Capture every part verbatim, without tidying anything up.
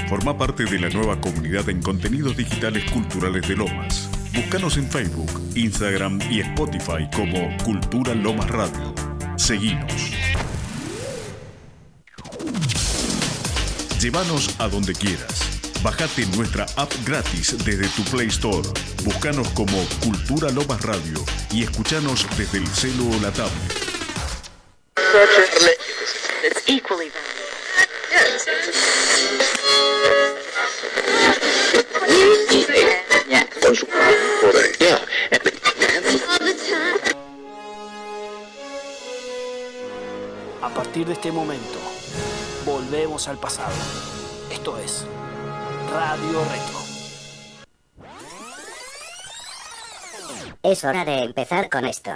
Forma parte de la nueva comunidad en contenidos digitales culturales de Lomas. Búscanos en Facebook, Instagram y Spotify como Cultura Lomas Radio. Seguinos. Llévanos a donde quieras. Bájate nuestra app gratis desde tu Play Store. Búscanos como Cultura Lomas Radio y escuchanos desde el celu o la tablet. A partir de este momento, volvemos al pasado. Esto es Radio Retro. Es hora de empezar con esto.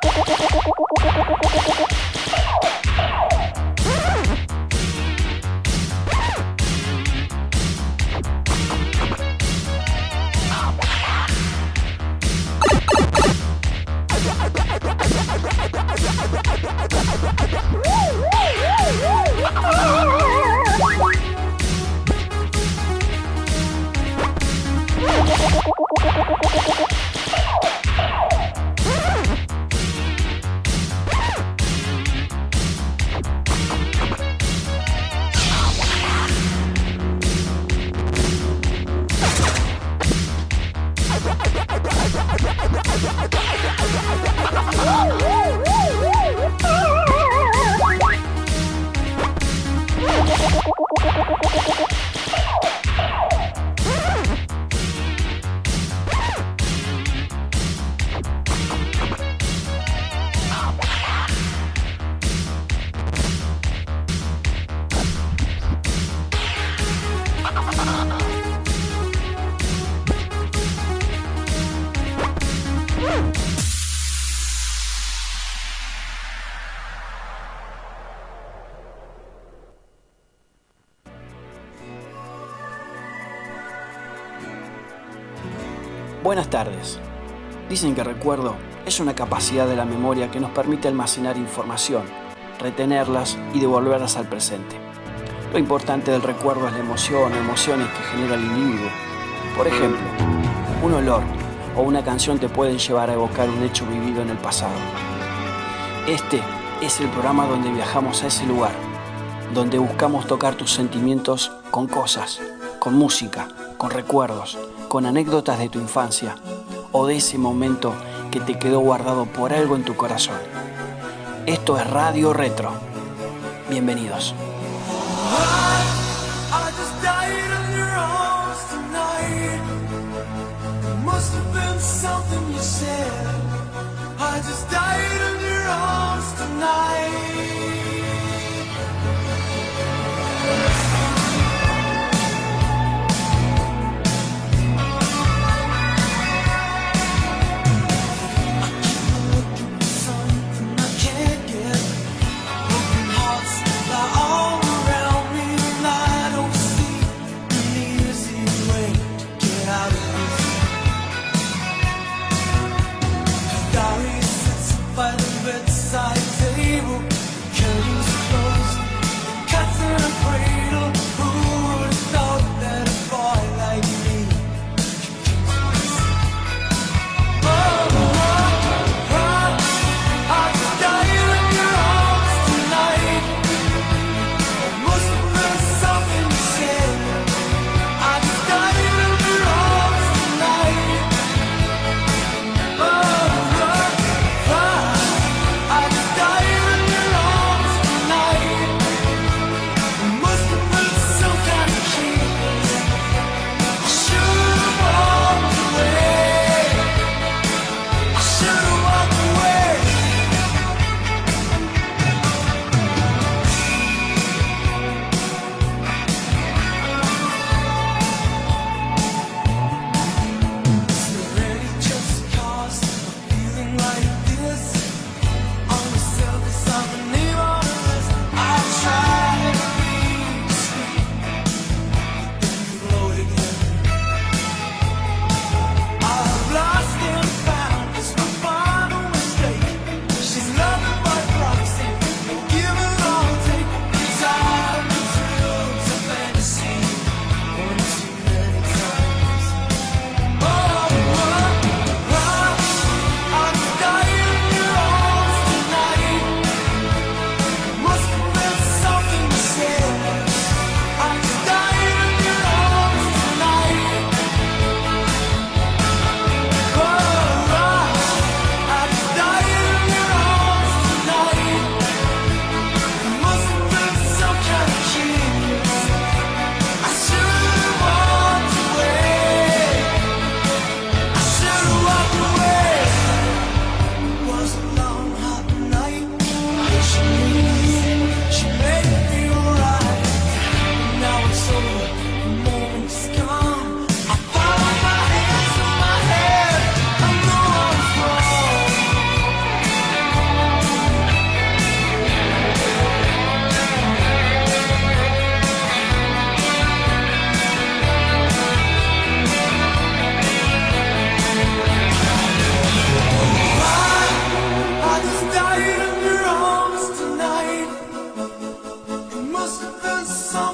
Buenas tardes. Dicen que recuerdo es una capacidad de la memoria que nos permite almacenar información, retenerlas y devolverlas al presente. Lo importante del recuerdo es la emoción o emociones que genera el individuo. Por ejemplo, un olor o una canción te pueden llevar a evocar un hecho vivido en el pasado. Este es el programa donde viajamos a ese lugar, donde buscamos tocar tus sentimientos con cosas, con música, con recuerdos, con anécdotas de tu infancia o de ese momento que te quedó guardado por algo en tu corazón. Esto es Radio Retro. Bienvenidos. Oh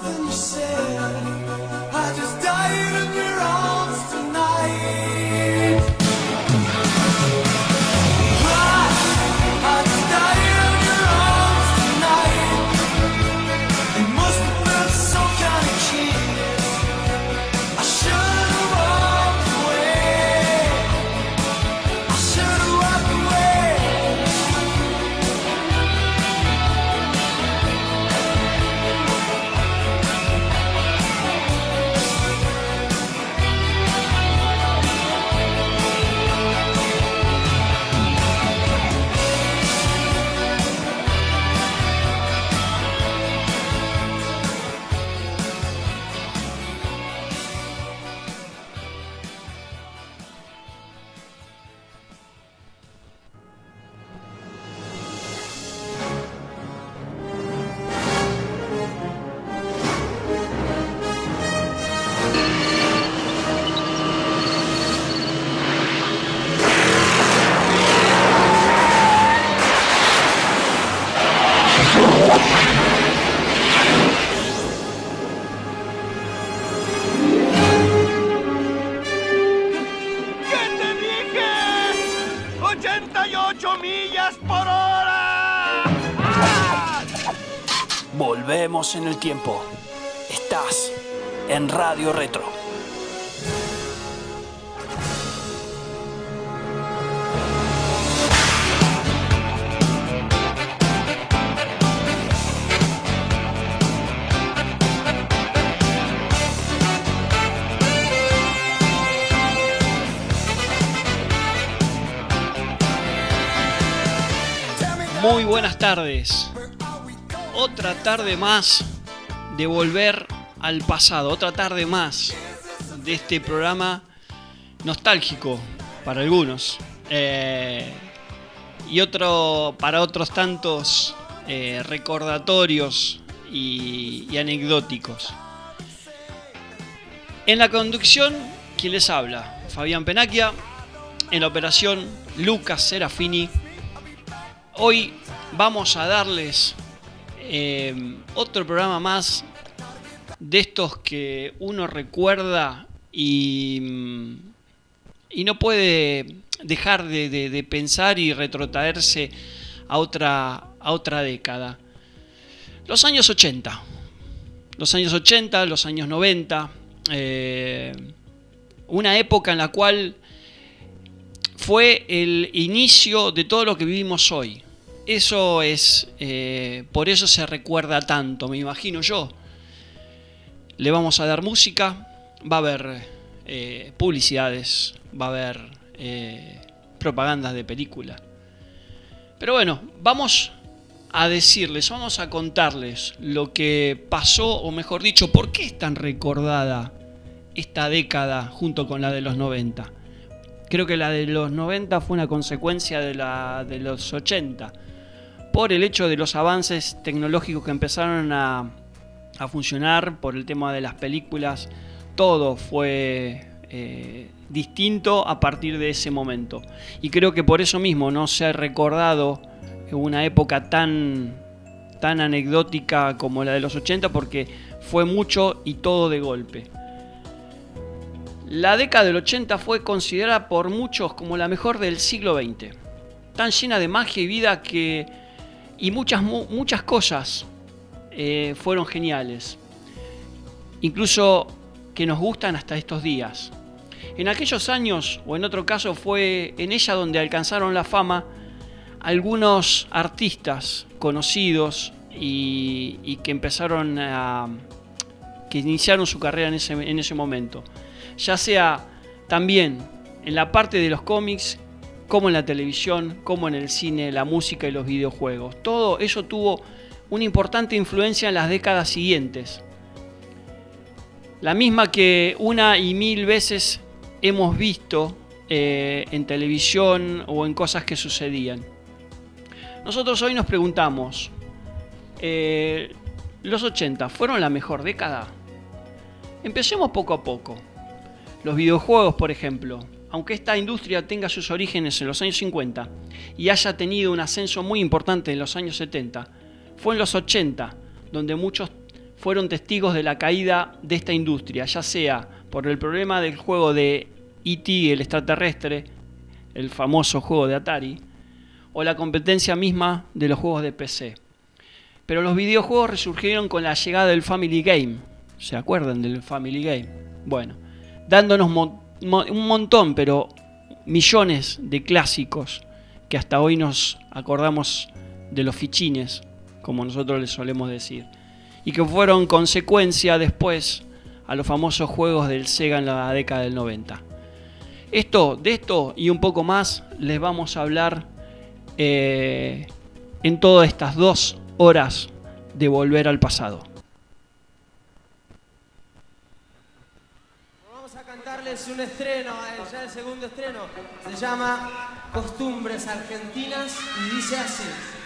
Volvemos en el tiempo. Estás en Radio Retro. Muy buenas tardes. Otra tarde más de volver al pasado, otra tarde más de este programa nostálgico para algunos eh, y otro para otros tantos eh, recordatorios y, y anecdóticos. En la conducción, quien les habla, Fabián Penacchia. En la operación, Lucas Serafini. Hoy vamos a darles Eh, otro programa más de estos que uno recuerda y, y no puede dejar de, de, de pensar y retrotraerse a otra, a otra década. Los años ochenta. Los años ochenta, los años noventa. Eh, una época en la cual fue el inicio de todo lo que vivimos hoy. Eso es, eh, por eso se recuerda tanto, me imagino yo. Le vamos a dar música, va a haber eh, publicidades, va a haber eh, propagandas de película. Pero bueno, vamos a decirles, vamos a contarles lo que pasó, o mejor dicho, por qué es tan recordada esta década junto con la de los noventa. Creo que la de los noventa fue una consecuencia de la de los ochenta. Por el hecho de los avances tecnológicos que empezaron a, a funcionar, por el tema de las películas, todo fue eh, distinto a partir de ese momento. Y creo que por eso mismo no se ha recordado una época tan, tan anecdótica como la de los ochenta, porque fue mucho y todo de golpe. La década del ochenta fue considerada por muchos como la mejor del siglo veinte. Tan llena de magia y vida que... Y muchas, muchas cosas eh, fueron geniales. Incluso que nos gustan hasta estos días. En aquellos años, o en otro caso, fue en ella donde alcanzaron la fama algunos artistas conocidos y, y que empezaron a... que iniciaron su carrera en ese, en ese momento. Ya sea también en la parte de los cómics, como en la televisión, como en el cine, la música y los videojuegos. Todo eso tuvo una importante influencia en las décadas siguientes. La misma que una y mil veces hemos visto eh, en televisión o en cosas que sucedían. Nosotros hoy nos preguntamos, eh, ¿los ochenta fueron la mejor década? Empecemos poco a poco. Los videojuegos, por ejemplo. Aunque esta industria tenga sus orígenes en los años cincuenta y haya tenido un ascenso muy importante en los años setenta, fue en los ochenta donde muchos fueron testigos de la caída de esta industria, ya sea por el problema del juego de E T, el extraterrestre, el famoso juego de Atari, o la competencia misma de los juegos de P C. Pero los videojuegos resurgieron con la llegada del Family Game. ¿Se acuerdan del Family Game? Bueno, dándonos mo- mo- un montón, pero millones de clásicos que hasta hoy nos acordamos de los fichines, como nosotros les solemos decir, y que fueron consecuencia después a los famosos juegos del Sega en la década del noventa. Esto, de esto y un poco más les vamos a hablar eh, en todas estas dos horas de Volver al Pasado. Vamos a cantarles un estreno, ya el segundo estreno, se llama Costumbres Argentinas y dice así.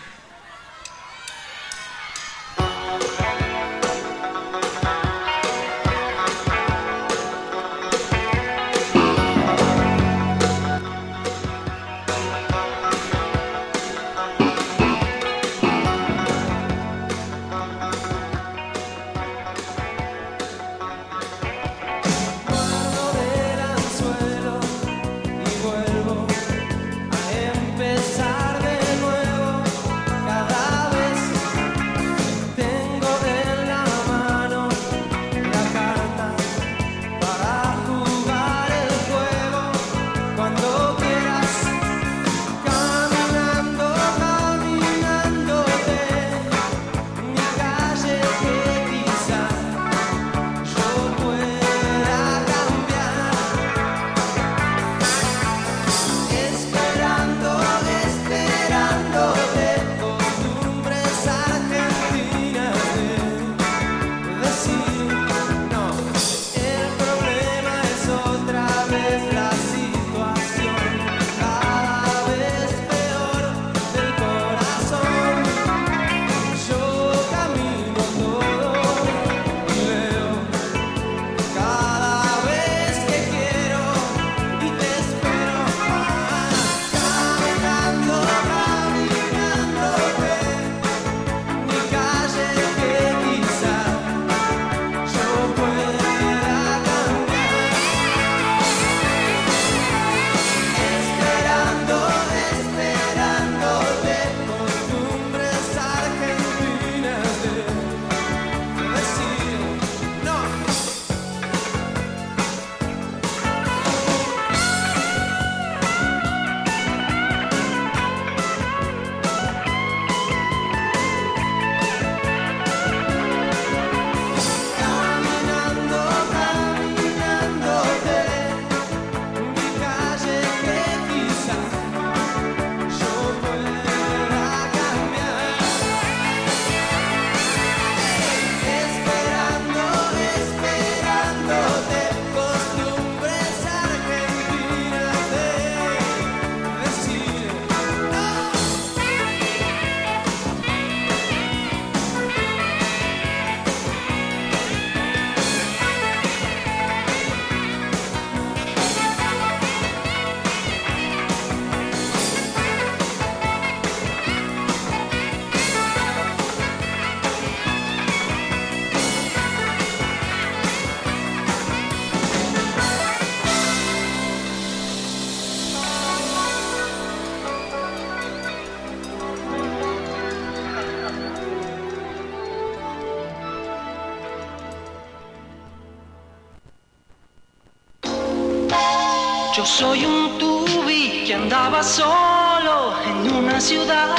Yo soy un tubi que andaba solo en una ciudad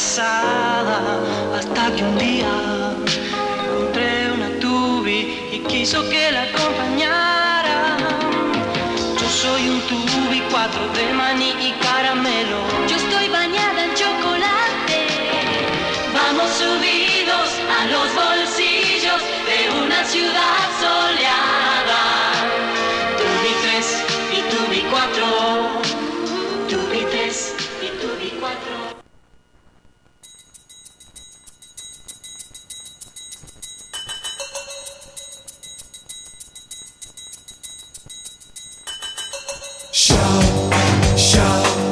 pesada, hasta que un día encontré una tubi y quiso que la acompañara. Yo soy un tubi, cuatro de maní y caramelo. Yo estoy bañada en chocolate. Vamos subidos a los bolsillos de una ciudad soleada. Tubi tres y tubi cuatro, tubi tres y tubi cuatro. Shout, shout.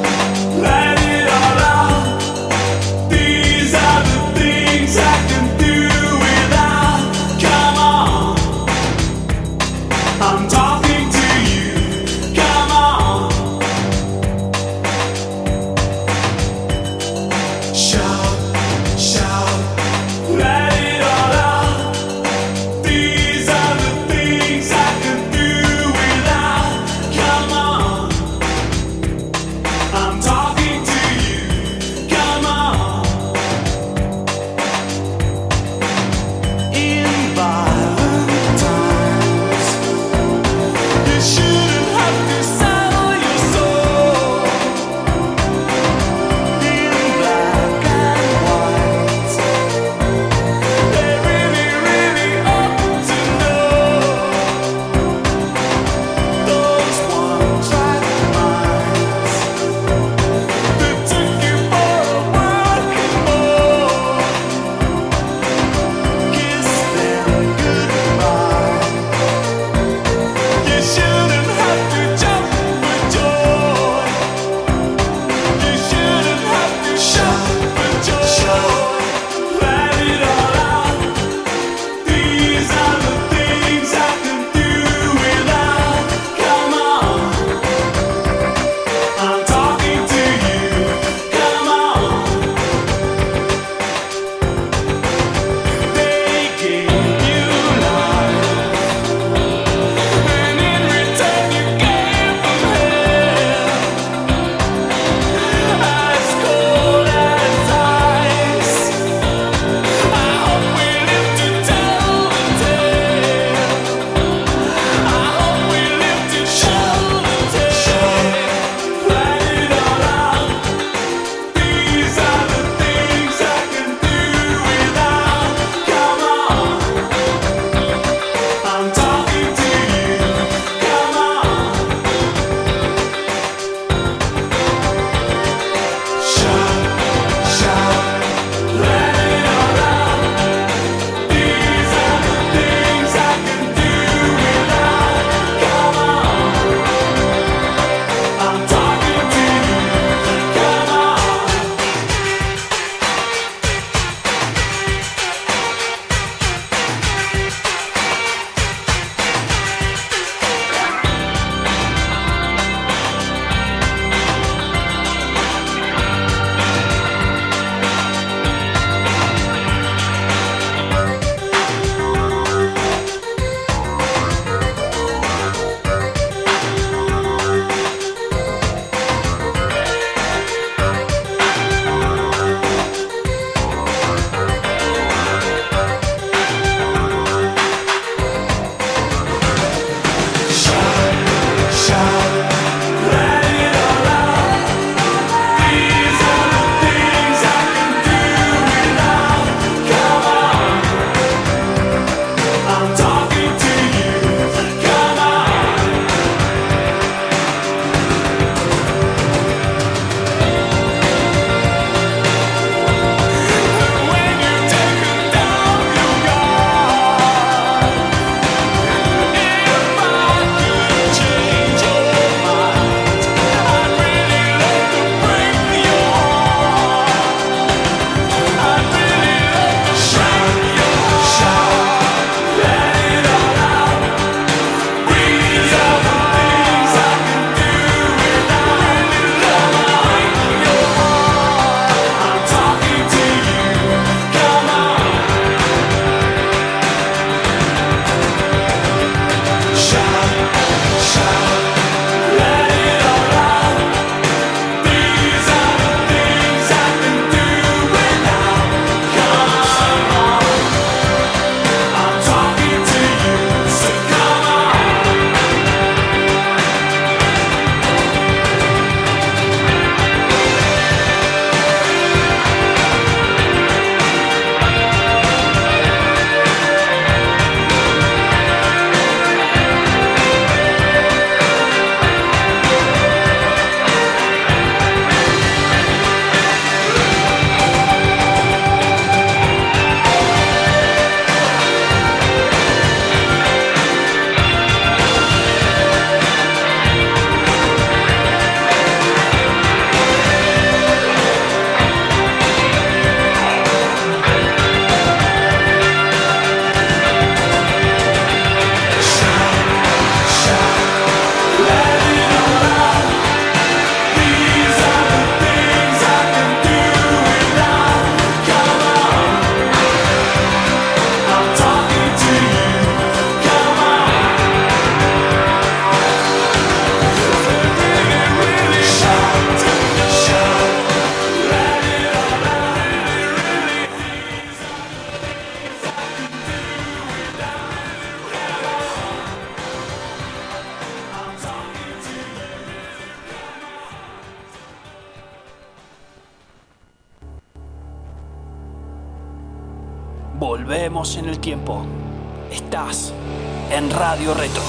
Volvemos en el tiempo. Estás en Radio Retro.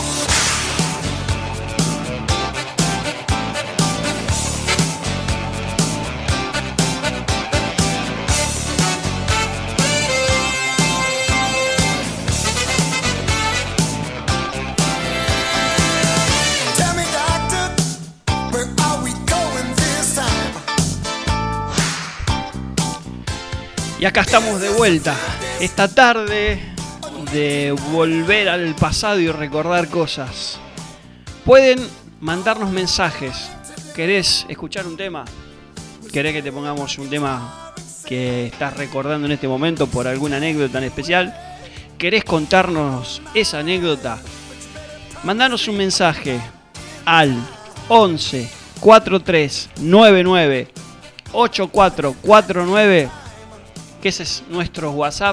Y acá estamos de vuelta, esta tarde de volver al pasado y recordar cosas. Pueden mandarnos mensajes. ¿Querés escuchar un tema? ¿Querés que te pongamos un tema que estás recordando en este momento por alguna anécdota en especial? ¿Querés contarnos esa anécdota? Mandanos un mensaje al once cuarenta y tres noventa y nueve ochenta y cuatro cuarenta y nueve, que ese es nuestro WhatsApp,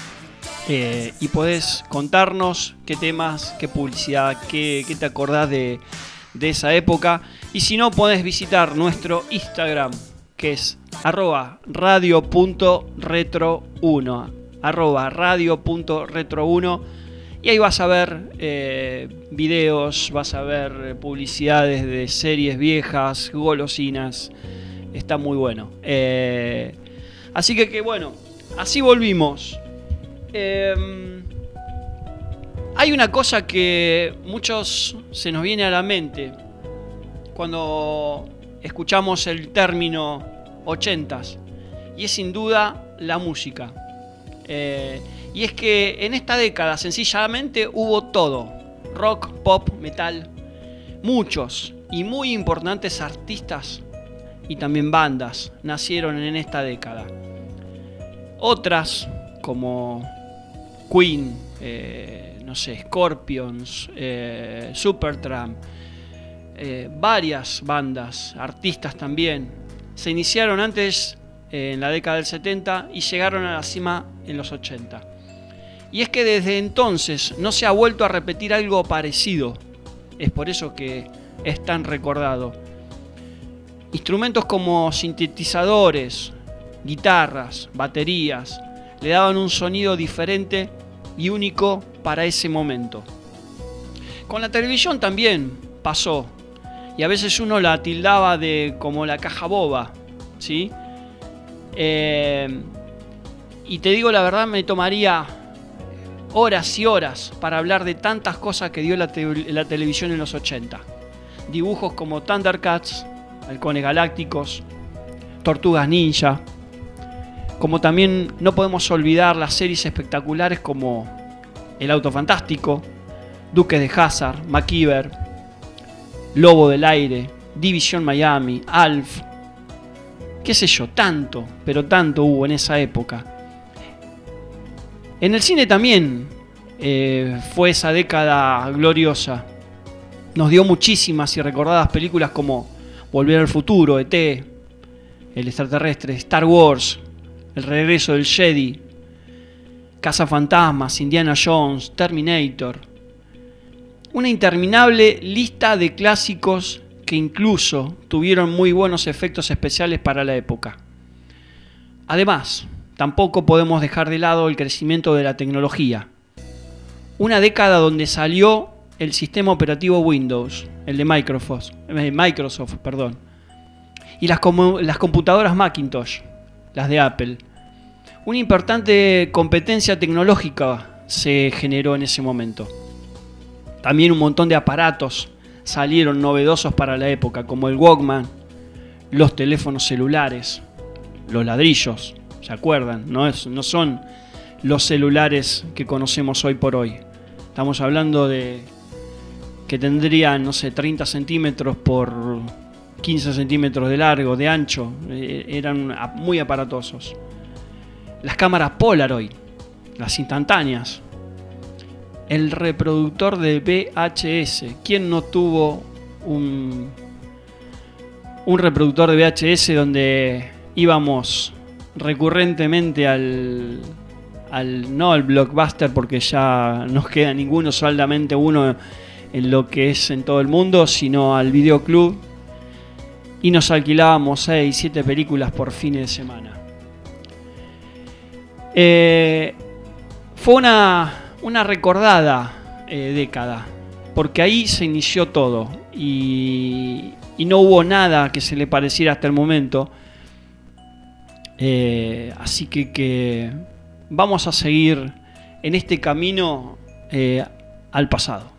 eh, y podés contarnos qué temas, qué publicidad, qué, qué te acordás de, de esa época. Y si no, podés visitar nuestro Instagram, que es arroba radio punto retro uno, arroba radio punto retro uno, y ahí vas a ver eh, videos, vas a ver publicidades de series viejas, golosinas. Está muy bueno. Eh, Así que, que bueno, así volvimos. Eh, hay una cosa que muchos se nos viene a la mente cuando escuchamos el término ochentas, y es sin duda la música. Eh, y es que en esta década sencillamente hubo todo: rock, pop, metal, muchos y muy importantes artistas y también bandas nacieron en esta década. Otras, como Queen, eh, no sé, Scorpions, eh, Supertramp, eh, varias bandas, artistas también, se iniciaron antes eh, en la década del setenta y llegaron a la cima en los ochenta. Y es que desde entonces no se ha vuelto a repetir algo parecido. Es por eso que es tan recordado. Instrumentos como sintetizadores, guitarras, baterías, le daban un sonido diferente y único para ese momento. Con la televisión también pasó, y a veces uno la tildaba de como la caja boba, ¿sí? Eh, y te digo la verdad, me tomaría horas y horas para hablar de tantas cosas que dio la, te- la televisión en los ochenta. Dibujos como Thundercats, Halcones Galácticos, Tortugas Ninja, como también no podemos olvidar las series espectaculares como El Auto Fantástico, Duques de Hazzard, MacGyver, Lobo del Aire, División Miami, Alf, qué sé yo, tanto, pero tanto hubo en esa época. En el cine también eh, fue esa década gloriosa. Nos dio muchísimas y recordadas películas como Volver al Futuro, E T, El Extraterrestre, Star Wars, El Regreso del Jedi, Cazafantasmas, Indiana Jones, Terminator. Una interminable lista de clásicos que incluso tuvieron muy buenos efectos especiales para la época. Además, tampoco podemos dejar de lado el crecimiento de la tecnología. Una década donde salió el sistema operativo Windows, el de Microsoft, eh, Microsoft, perdón, y las, com- las computadoras Macintosh, las de Apple. Una importante competencia tecnológica se generó en ese momento. También un montón de aparatos salieron novedosos para la época, como el Walkman, los teléfonos celulares, los ladrillos, ¿se acuerdan? No, es, no son los celulares que conocemos hoy por hoy. Estamos hablando de que tendrían, no sé, treinta centímetros por quince centímetros de largo, de ancho. Eh, eran muy aparatosos. Las cámaras Polaroid, las instantáneas. El reproductor de V H S. ¿Quién no tuvo un, un reproductor de V H S donde íbamos recurrentemente al, al no al Blockbuster, porque ya no queda ninguno, solamente uno en lo que es en todo el mundo, sino al videoclub, y nos alquilábamos seis, siete películas por fin de semana? Eh, fue una, una recordada eh, década, porque ahí se inició todo y, y no hubo nada que se le pareciera hasta el momento. Eh, así que, que vamos a seguir en este camino eh, al pasado.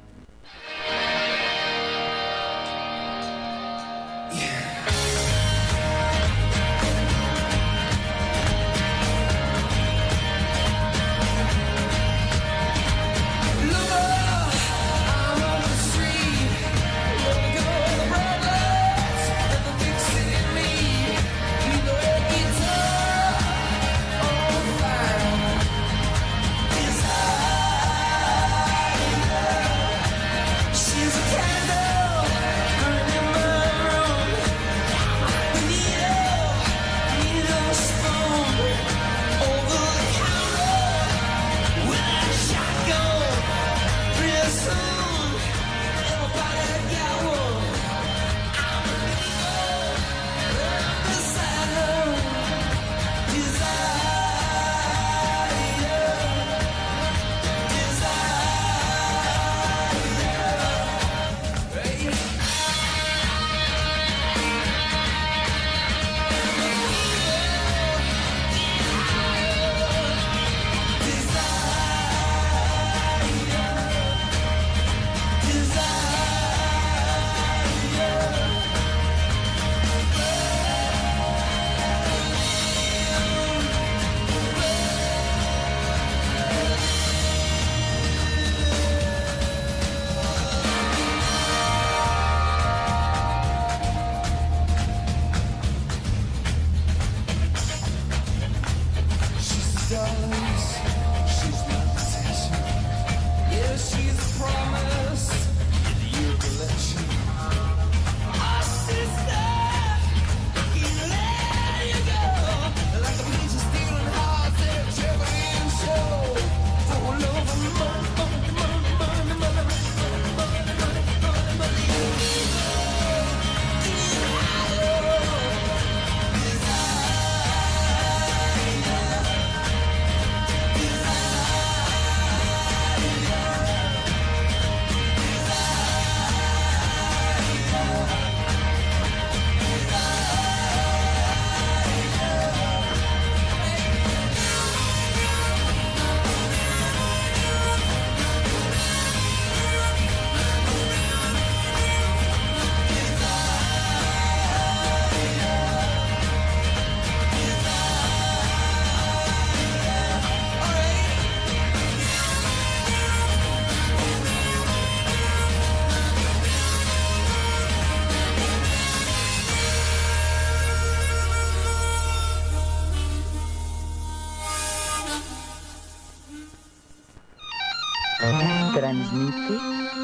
Transmite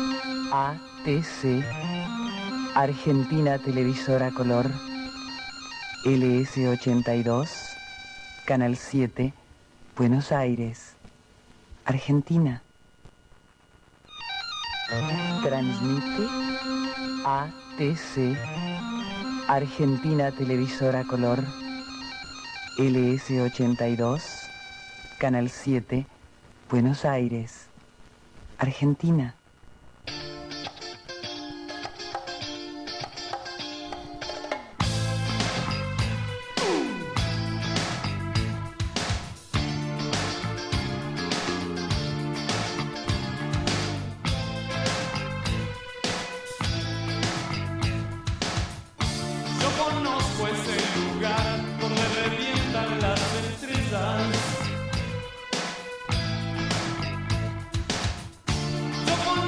A T C, Argentina Televisora Color, L S ochenta y dos, Canal siete, Buenos Aires, Argentina. Transmite A T C, Argentina Televisora Color, L S ochenta y dos, Canal siete, Buenos Aires, Argentina. Yo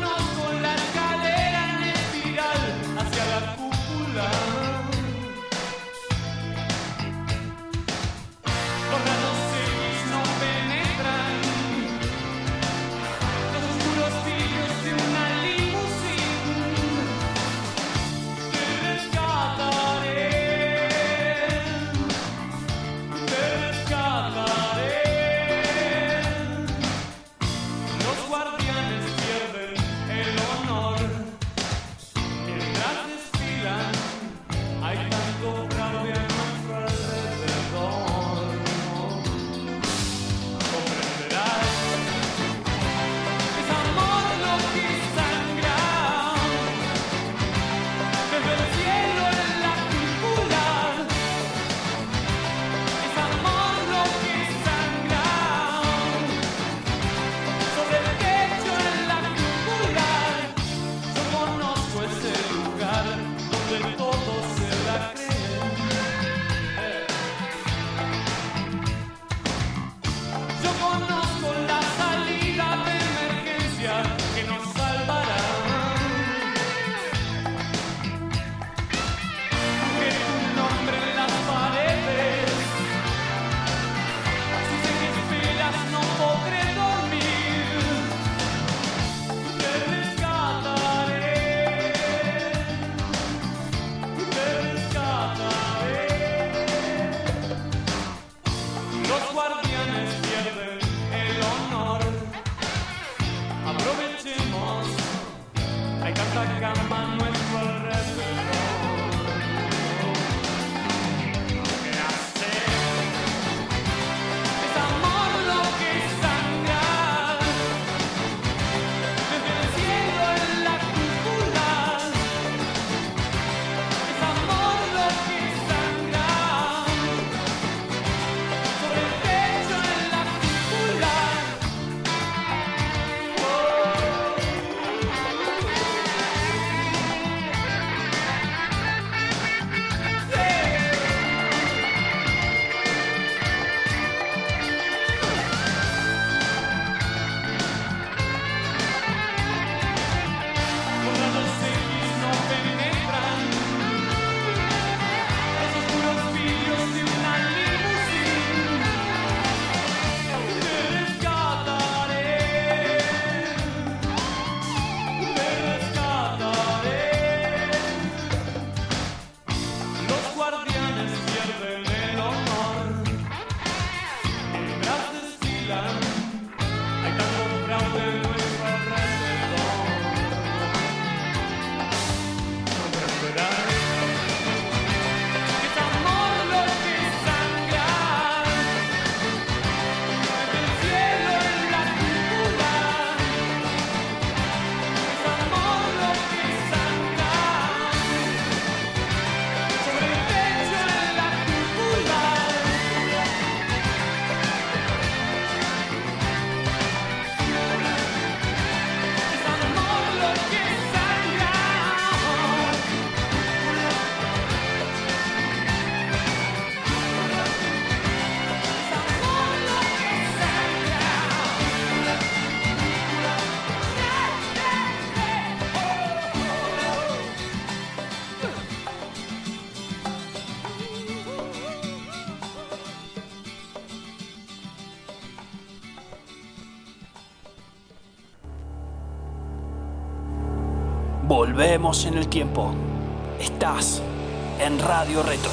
Volvemos en el tiempo. Estás en Radio Retro.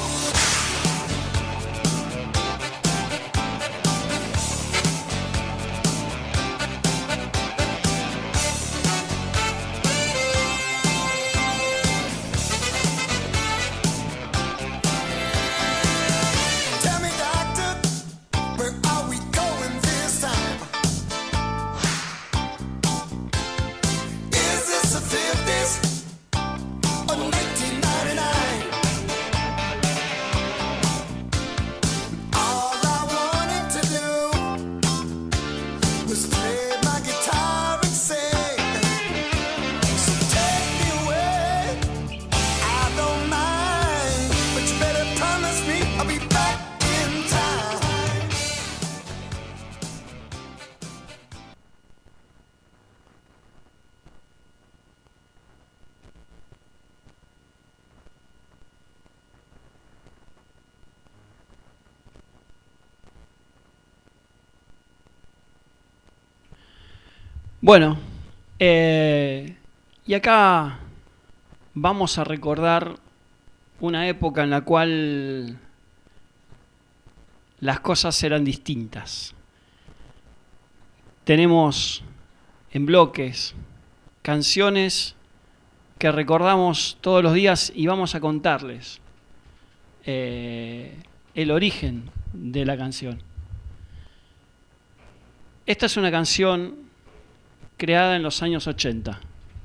Bueno, eh, y acá vamos a recordar una época en la cual las cosas eran distintas. Tenemos en bloques canciones que recordamos todos los días y vamos a contarles eh, el origen de la canción. Esta es una canción creada en los años ochenta.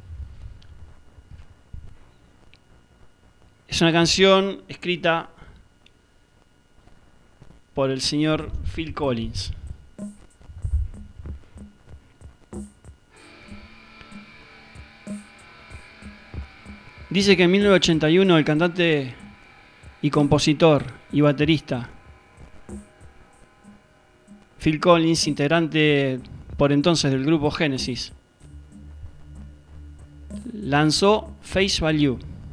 Es una canción escrita por el señor Phil Collins. Dice que en mil novecientos ochenta y uno el cantante y compositor y baterista Phil Collins, integrante por entonces del grupo Genesis, lanzó Face Value,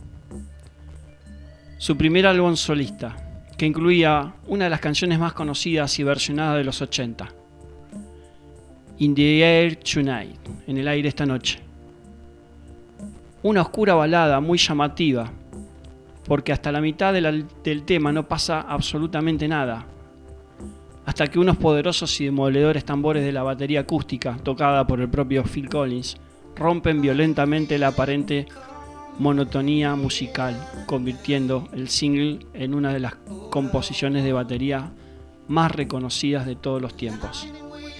su primer álbum solista, que incluía una de las canciones más conocidas y versionadas de los ochenta, In the Air Tonight, en el aire esta noche. Una oscura balada muy llamativa, porque hasta la mitad de la, del tema no pasa absolutamente nada, hasta que unos poderosos y demoledores tambores de la batería acústica, tocada por el propio Phil Collins, rompen violentamente la aparente monotonía musical, convirtiendo el single en una de las composiciones de batería más reconocidas de todos los tiempos.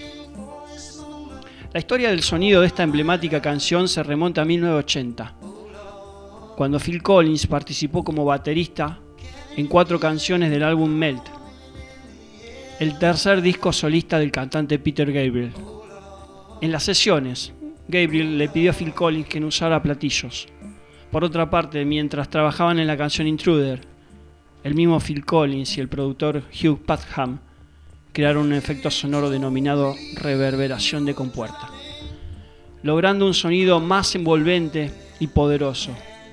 La historia del sonido de esta emblemática canción se remonta a mil novecientos ochenta, cuando Phil Collins participó como baterista en cuatro canciones del álbum Melt, el tercer disco solista del cantante Peter Gabriel. En las sesiones, Gabriel le pidió a Phil Collins que no usara platillos. Por otra parte, mientras trabajaban en la canción Intruder, el mismo Phil Collins y el productor Hugh Padgham crearon un efecto sonoro denominado reverberación de compuerta, logrando un sonido más envolvente y poderoso.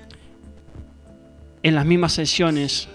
En las mismas sesiones,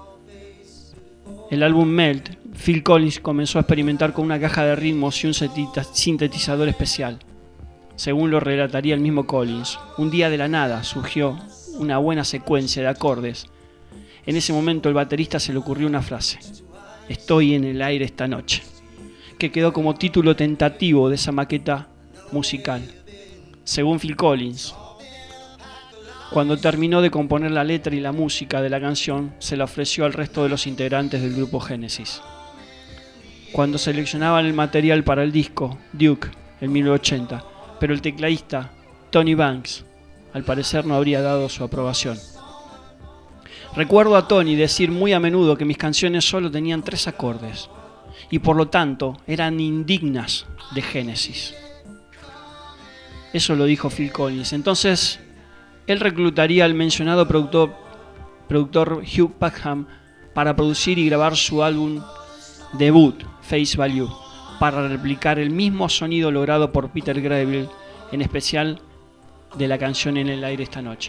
el álbum Melt, Phil Collins comenzó a experimentar con una caja de ritmos y un sintetizador especial. Según lo relataría el mismo Collins, un día de la nada surgió una buena secuencia de acordes. En ese momento el baterista se le ocurrió una frase: "Estoy en el aire esta noche", que quedó como título tentativo de esa maqueta musical. Según Phil Collins, cuando terminó de componer la letra y la música de la canción, se la ofreció al resto de los integrantes del grupo Genesis. Cuando seleccionaban el material para el disco Duke en mil novecientos ochenta, pero el tecladista Tony Banks al parecer no habría dado su aprobación. Recuerdo a Tony decir muy a menudo que mis canciones solo tenían tres acordes y por lo tanto eran indignas de Genesis. Eso lo dijo Phil Collins. Entonces él reclutaría al mencionado productor, productor Hugh Padgham para producir y grabar su álbum debut Face Value, para replicar el mismo sonido logrado por Peter Gabriel, en especial de la canción En el aire esta noche.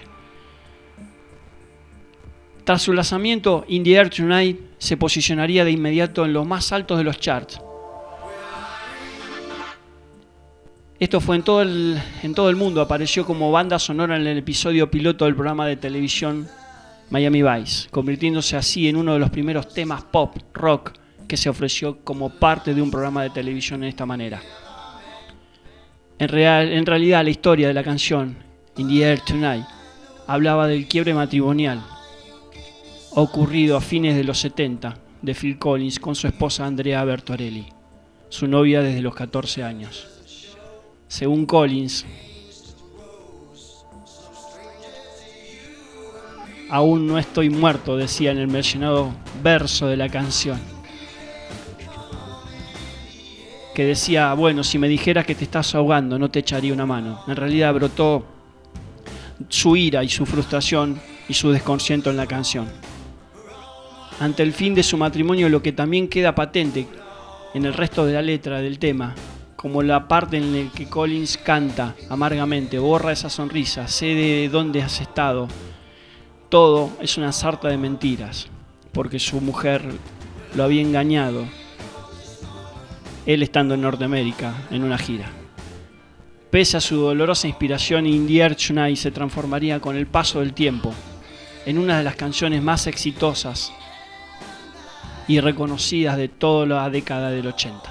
Tras su lanzamiento, In the Air Tonight se posicionaría de inmediato en los más altos de los charts. Esto fue en todo el, en todo el mundo, apareció como banda sonora en el episodio piloto del programa de televisión Miami Vice, convirtiéndose así en uno de los primeros temas pop, rock, que se ofreció como parte de un programa de televisión de esta manera. En, real, en realidad la historia de la canción In the Air Tonight hablaba del quiebre matrimonial ocurrido a fines de los setenta de Phil Collins con su esposa Andrea Bertorelli, su novia desde los catorce años. Según Collins, aún no estoy muerto, decía en el mencionado verso de la canción, que decía: bueno, si me dijeras que te estás ahogando no te echaría una mano. En realidad brotó su ira y su frustración y su desconcierto en la canción. Ante el fin de su matrimonio, lo que también queda patente en el resto de la letra del tema, como la parte en la que Collins canta amargamente: borra esa sonrisa, sé de dónde has estado, todo es una sarta de mentiras, porque su mujer lo había engañado, él estando en Norteamérica en una gira. Pese a su dolorosa inspiración, In the Air Tonight se transformaría con el paso del tiempo en una de las canciones más exitosas y reconocidas de toda la década del ochenta.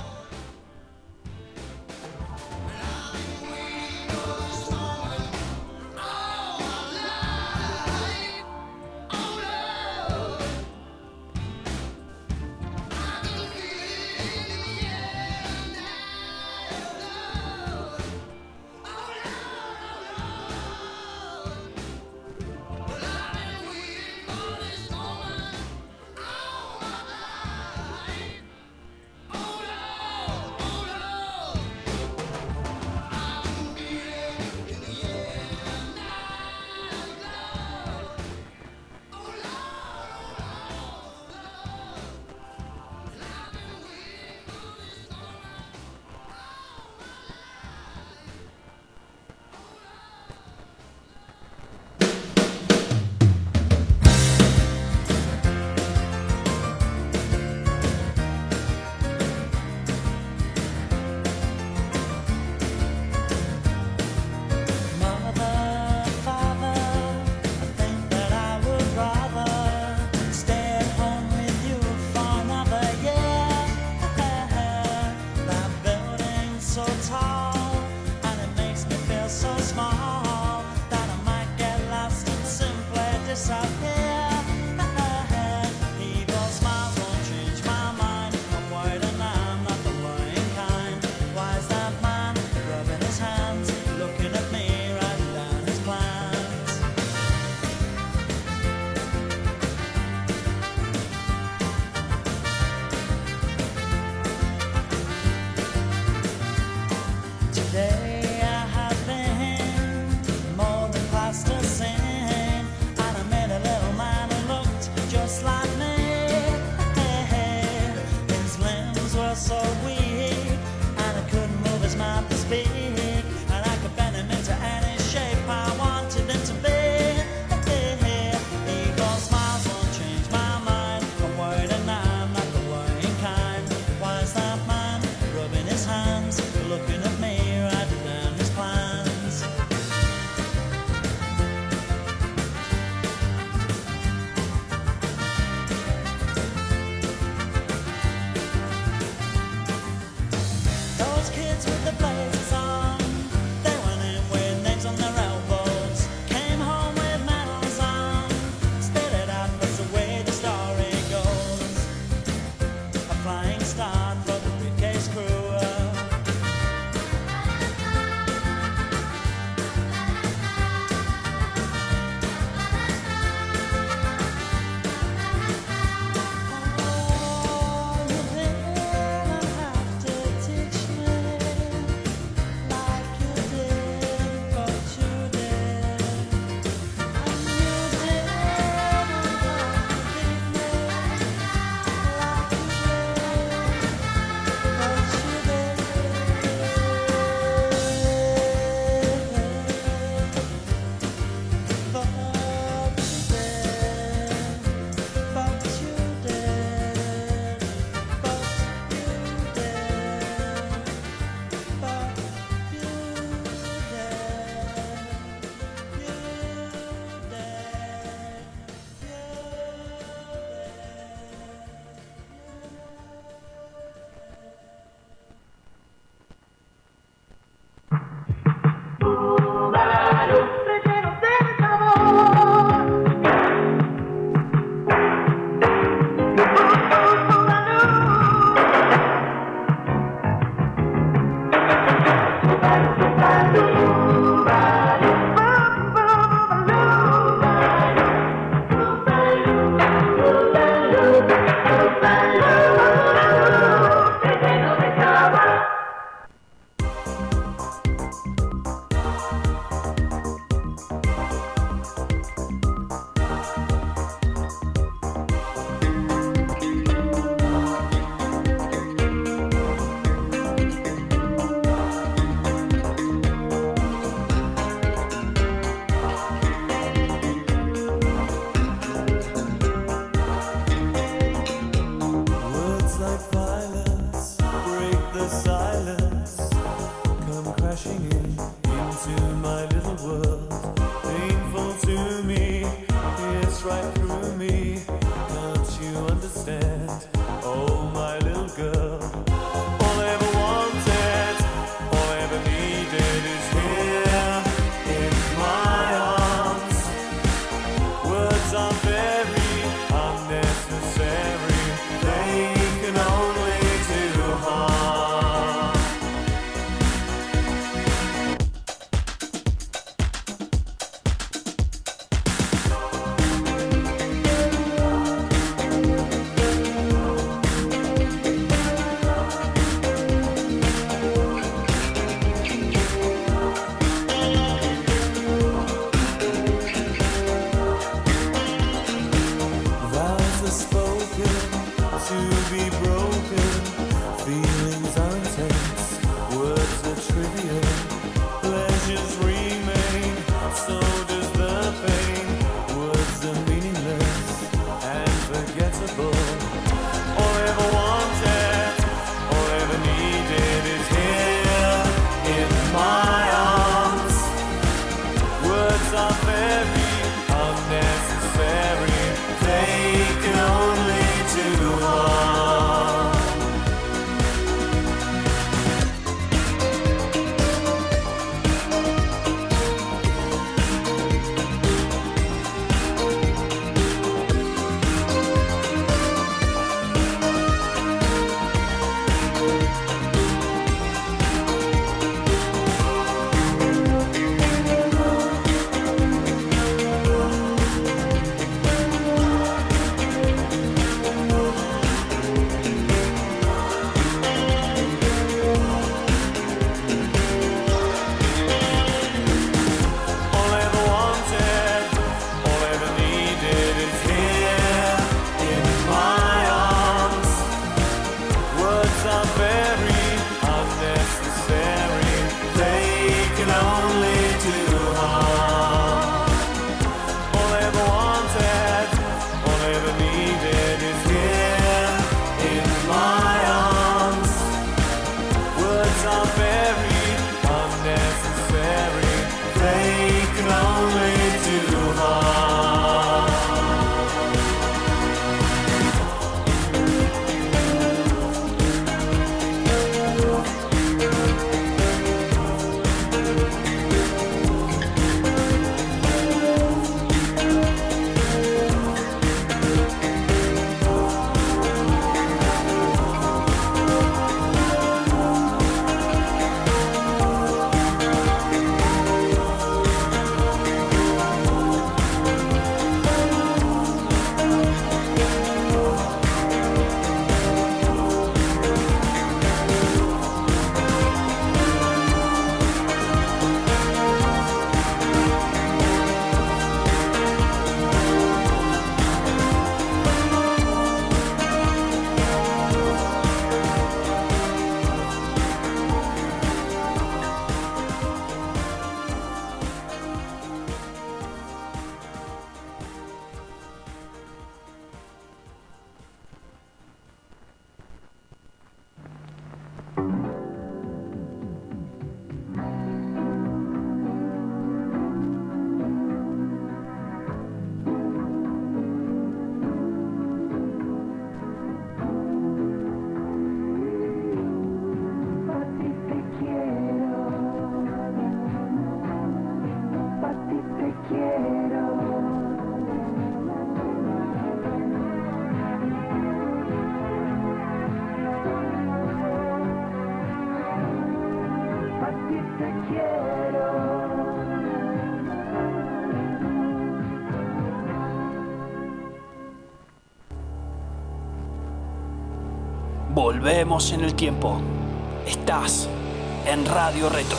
Volvemos en el tiempo. Estás en Radio Retro.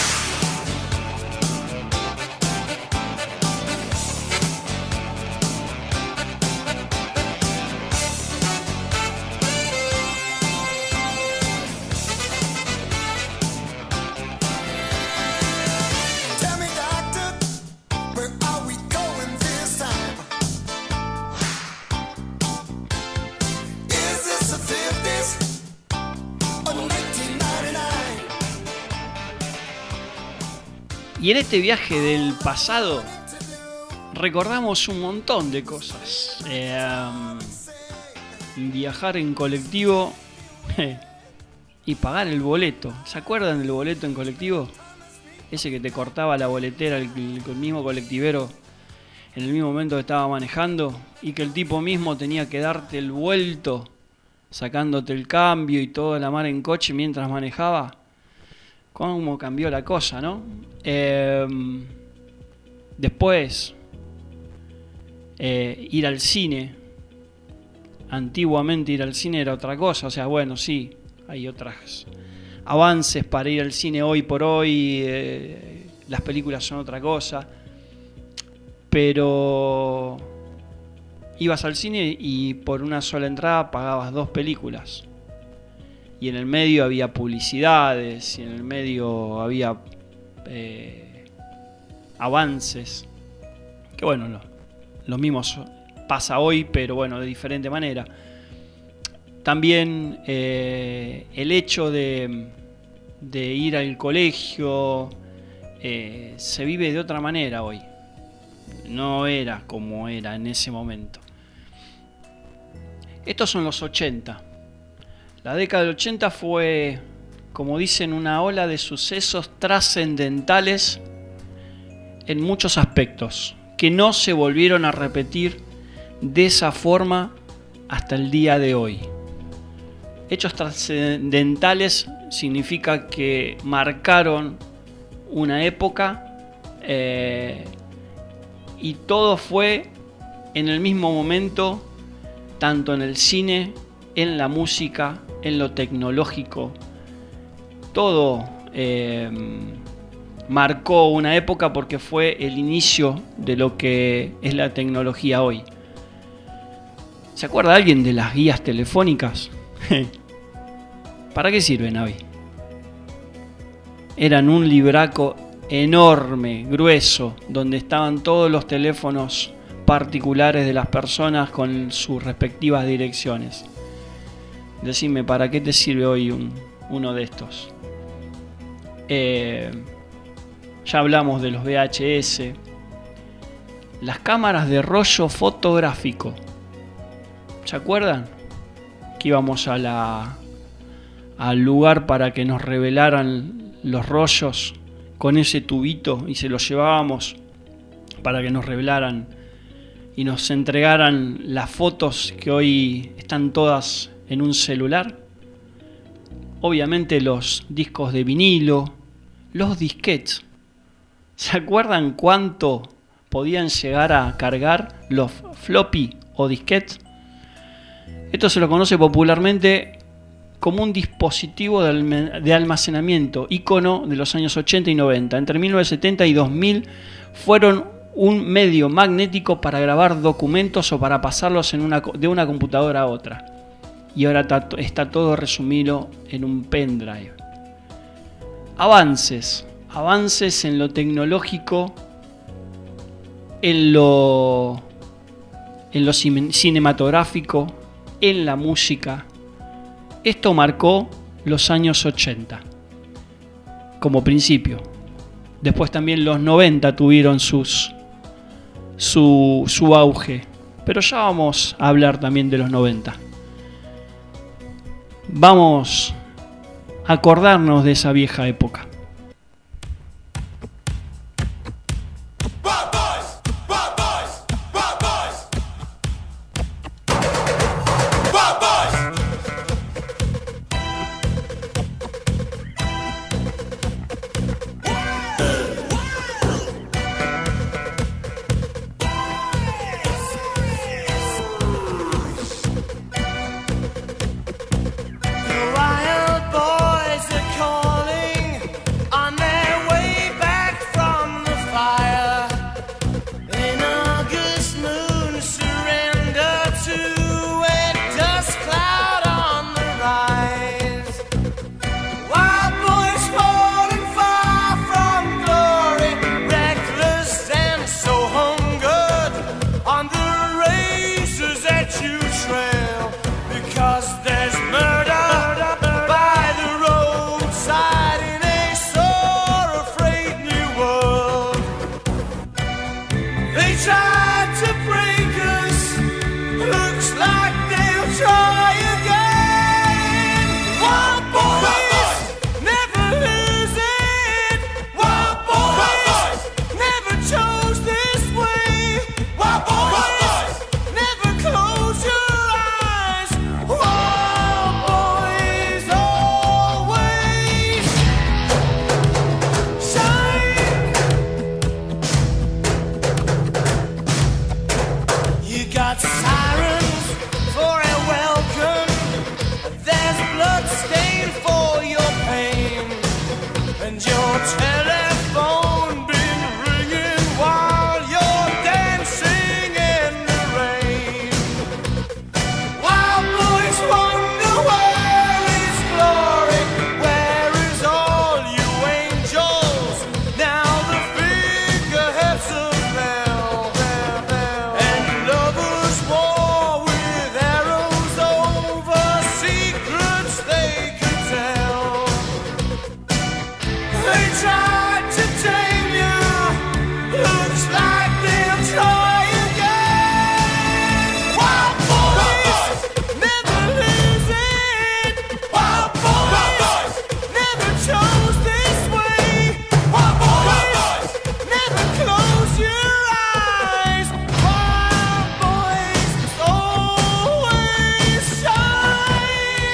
Y en este viaje del pasado recordamos un montón de cosas. Eh, viajar en colectivo y pagar el boleto. ¿Se acuerdan del boleto en colectivo? Ese que te cortaba la boletera el, el mismo colectivero en el mismo momento que estaba manejando y que el tipo mismo tenía que darte el vuelto sacándote el cambio y toda la mar en coche mientras manejaba. Cómo cambió la cosa, ¿no? Eh, después, eh, ir al cine. Antiguamente ir al cine era otra cosa. O sea, bueno, sí, hay otros avances para ir al cine hoy por hoy. Eh, las películas son otra cosa. Pero ibas al cine y por una sola entrada pagabas dos películas. Y en el medio había publicidades, y en el medio había eh, avances. Que bueno, lo, lo mismo pasa hoy, pero bueno, de diferente manera. También eh, el hecho de, de ir al colegio eh, se vive de otra manera hoy. No era como era en ese momento. Estos son los ochenta. La década del ochenta fue, como dicen, una ola de sucesos trascendentales en muchos aspectos, que no se volvieron a repetir de esa forma hasta el día de hoy. Hechos trascendentales significa que marcaron una época eh, y todo fue en el mismo momento, tanto en el cine, en la música, en lo tecnológico. Todo eh, marcó una época porque fue el inicio de lo que es la tecnología hoy. ¿Se acuerda alguien de las guías telefónicas? ¿Para qué sirven hoy? Eran un libraco enorme, grueso, donde estaban todos los teléfonos particulares de las personas con sus respectivas direcciones. Decime, ¿para qué te sirve hoy un, uno de estos? Eh, ya hablamos de los V H S. Las cámaras de rollo fotográfico. ¿Se acuerdan? Que íbamos a la, al lugar para que nos revelaran los rollos con ese tubito y se los llevábamos para que nos revelaran y nos entregaran las fotos que hoy están todas en un celular. Obviamente los discos de vinilo, los disquetes. ¿Se acuerdan cuánto podían llegar a cargar los floppy o disquetes? Esto se lo conoce popularmente como un dispositivo de almacenamiento, ícono de los años ochenta y noventa. Entre mil novecientos setenta y dos mil fueron un medio magnético para grabar documentos o para pasarlos en una, de una computadora a otra. Y ahora está todo resumido en un pendrive. Avances. Avances en lo tecnológico, en lo, en lo cinematográfico, en la música. Esto marcó los años ochenta como principio. Después también los noventa tuvieron sus, su, su auge. Pero ya vamos a hablar también de los noventa. Vamos a acordarnos de esa vieja época. They tried to break us. Looks like they'll try again. Wild boys never lose it. Wild boys never chose this way. Wild boys never close your eyes. Wild boys always shine. You got sirens for a welcome. There's blood stain for your pain, and your telephone been ringing while you're dancing in the rain. Wild boys wonder where is glory, where is all you angels? Now the figureheads of hell, and lovers war with arrows over secrets they could tell. They tried to tame you. Looks like they'll try again. Wild boys never lose it. Wild boys never chose this way. Wild boys never close your eyes. Wild boys always shine.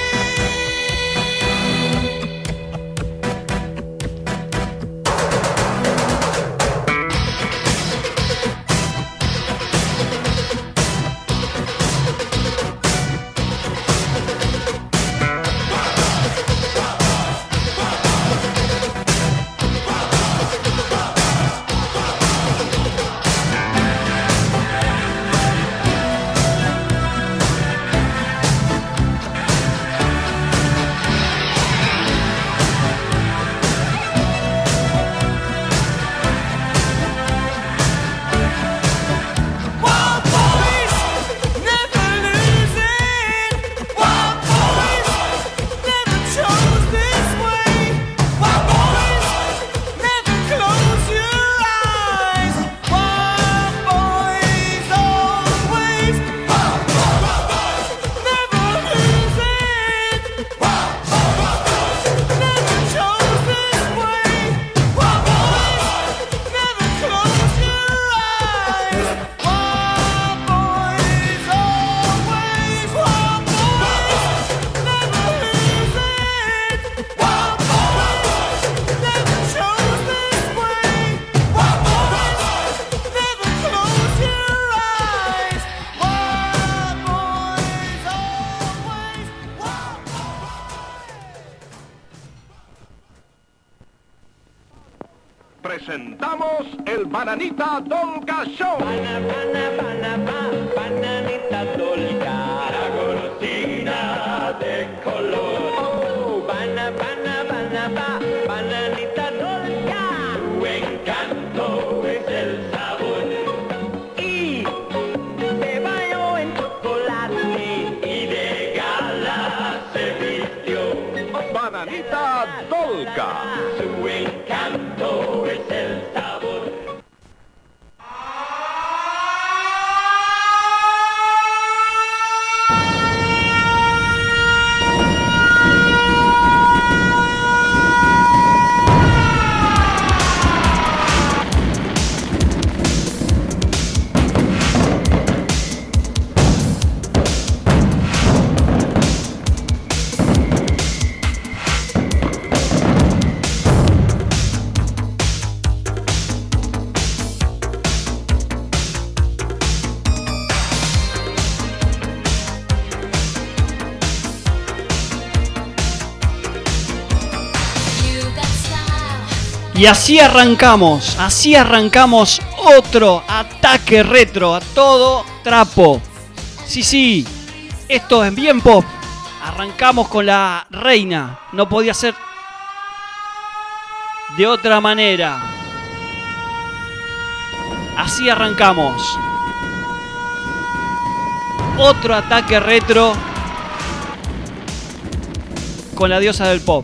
Wild boys never lose it. Wild boys never chose this way. Wild boys never close your eyes. Wild boys always. Wild boys never lose it. Wild boys never chose this way. Wild boys never close your eyes. Wild boys always. Wild boys never lose it. Wild boys never chose this way. Wild boys never close your eyes. Wild boys always. Wild Presentamos el Bananita Dolca Show. Bananita dolca, la golosina de color. Oh, bana, bana, bana, ba, bananita dolca. Tu encanto es el sabor. Y te bañó en chocolate y de gala se vistió. Bananita Dolca. Su encanto es el sabor. Y así arrancamos, así arrancamos otro ataque retro a todo trapo. Sí, sí, esto es bien pop. Arrancamos con la reina, no podía ser de otra manera. Así arrancamos. Otro ataque retro con la diosa del pop.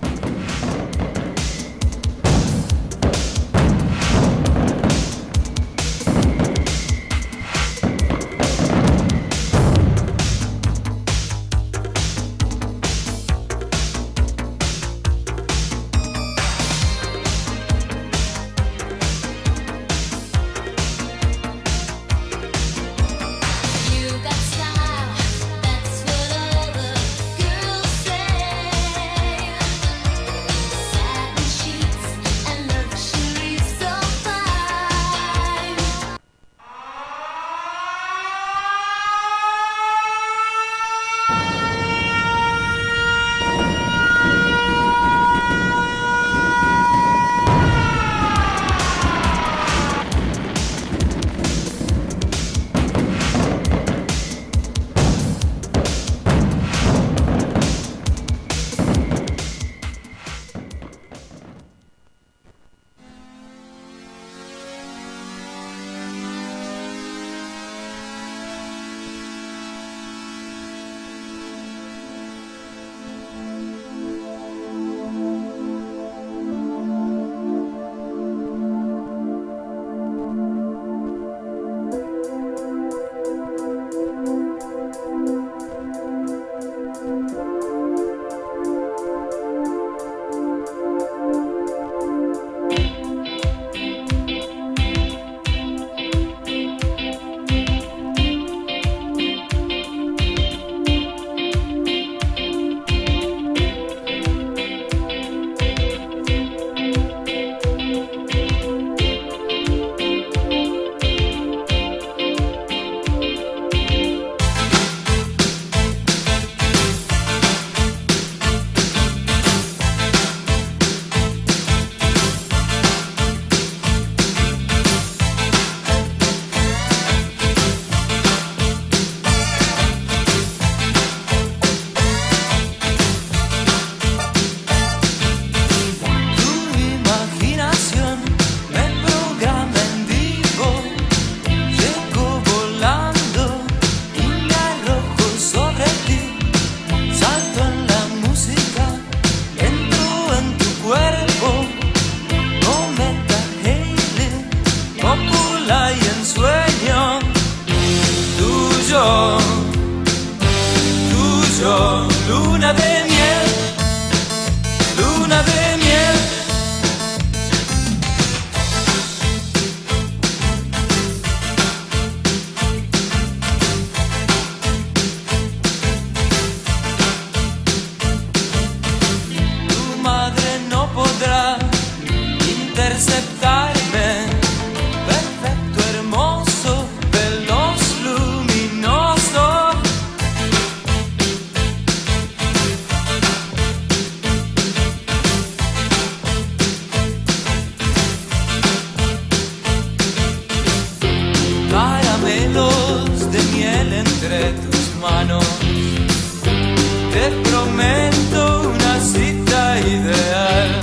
entre tus manos. Te prometo una cita ideal,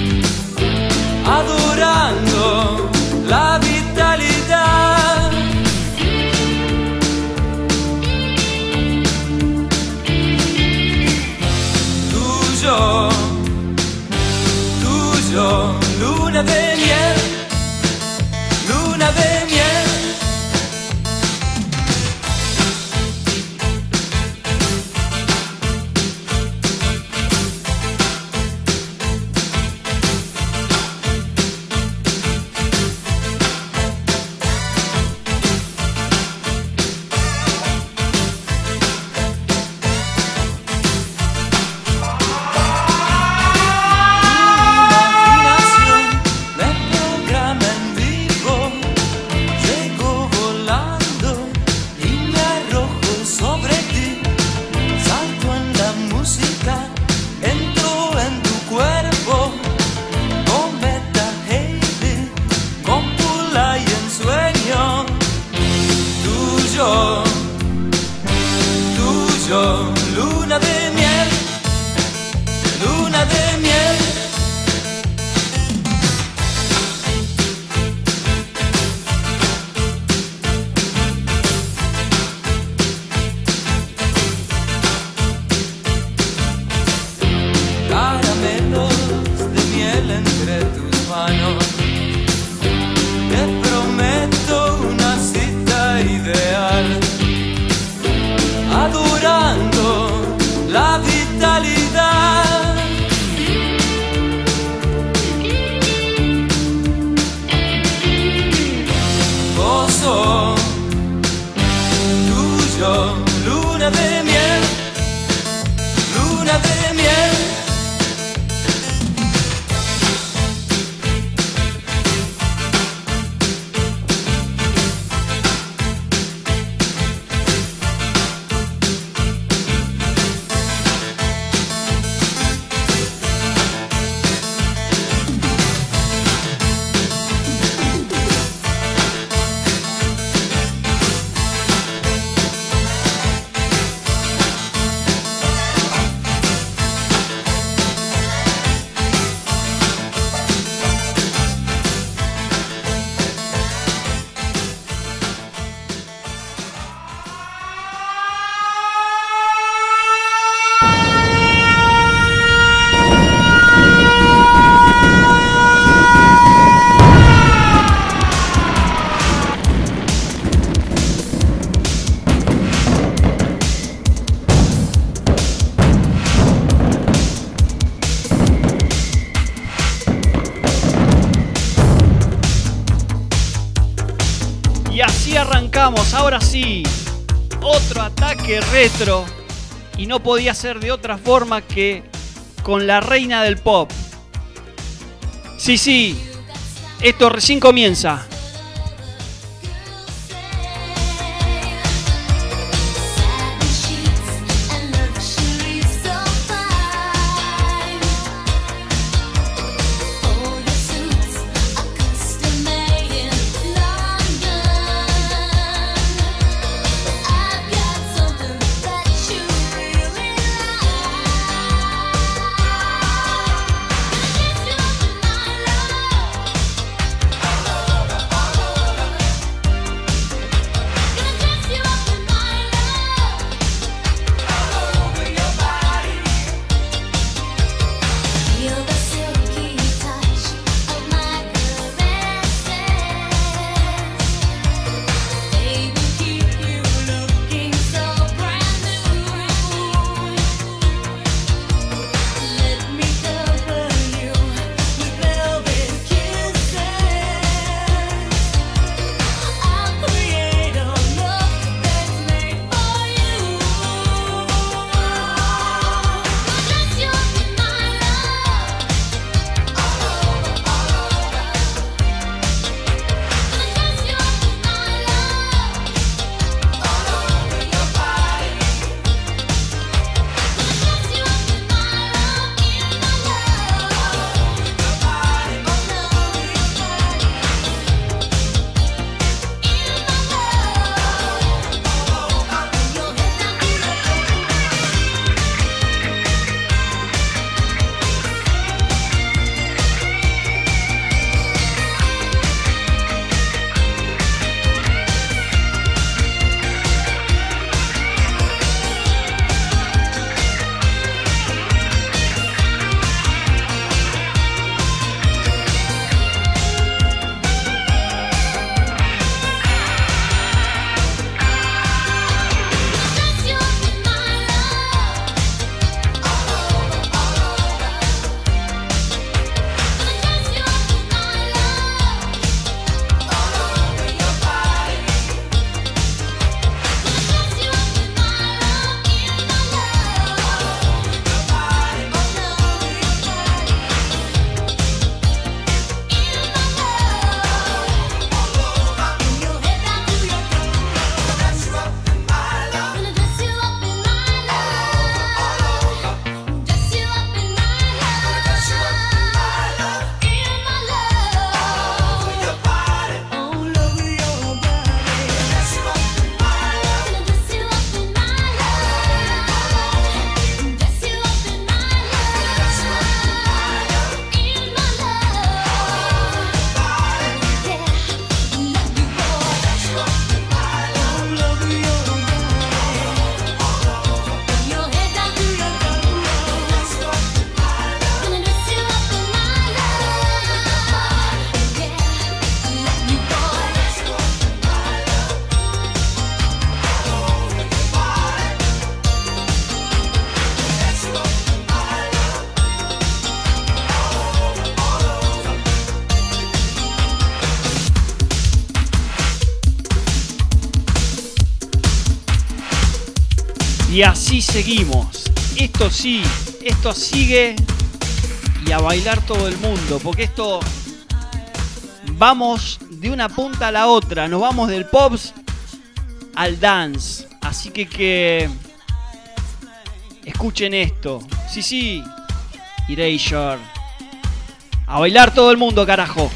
adorando la vitalidad. Tuyo, tuyo, luna de miel, luna de miel. Luna de miel, luna de miel. Caramelos de miel entre tus manos. Te prometo una cita ideal, adorando la vitalidad. Gozo tuyo, luna de miel, luna de miel. Ahora sí, otro ataque retro, y no podía ser de otra forma que con la reina del pop. Sí, sí, esto recién comienza. Y así seguimos. Esto sí, esto sigue y a bailar todo el mundo, porque esto vamos de una punta a la otra, nos vamos del pops al dance. Así que que escuchen esto. Sí, sí, Erasure. A bailar todo el mundo, carajo.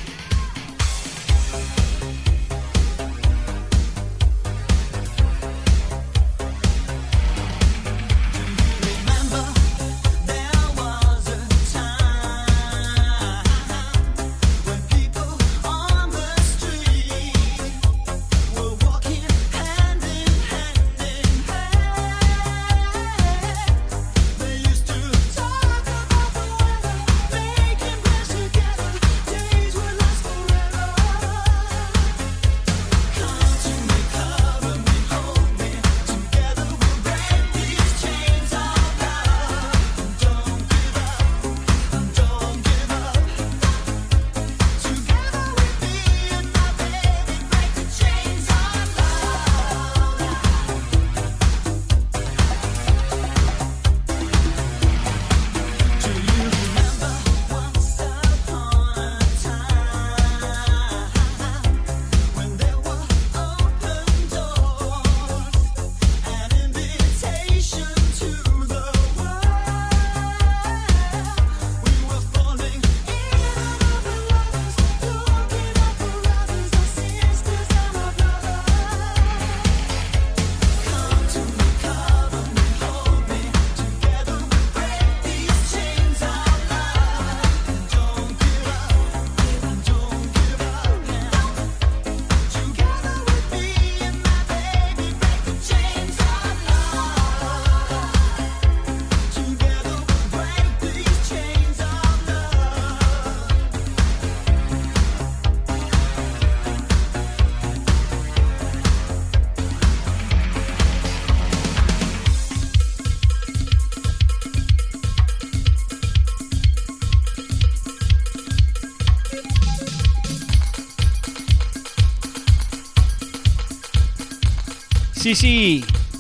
Sí, sí.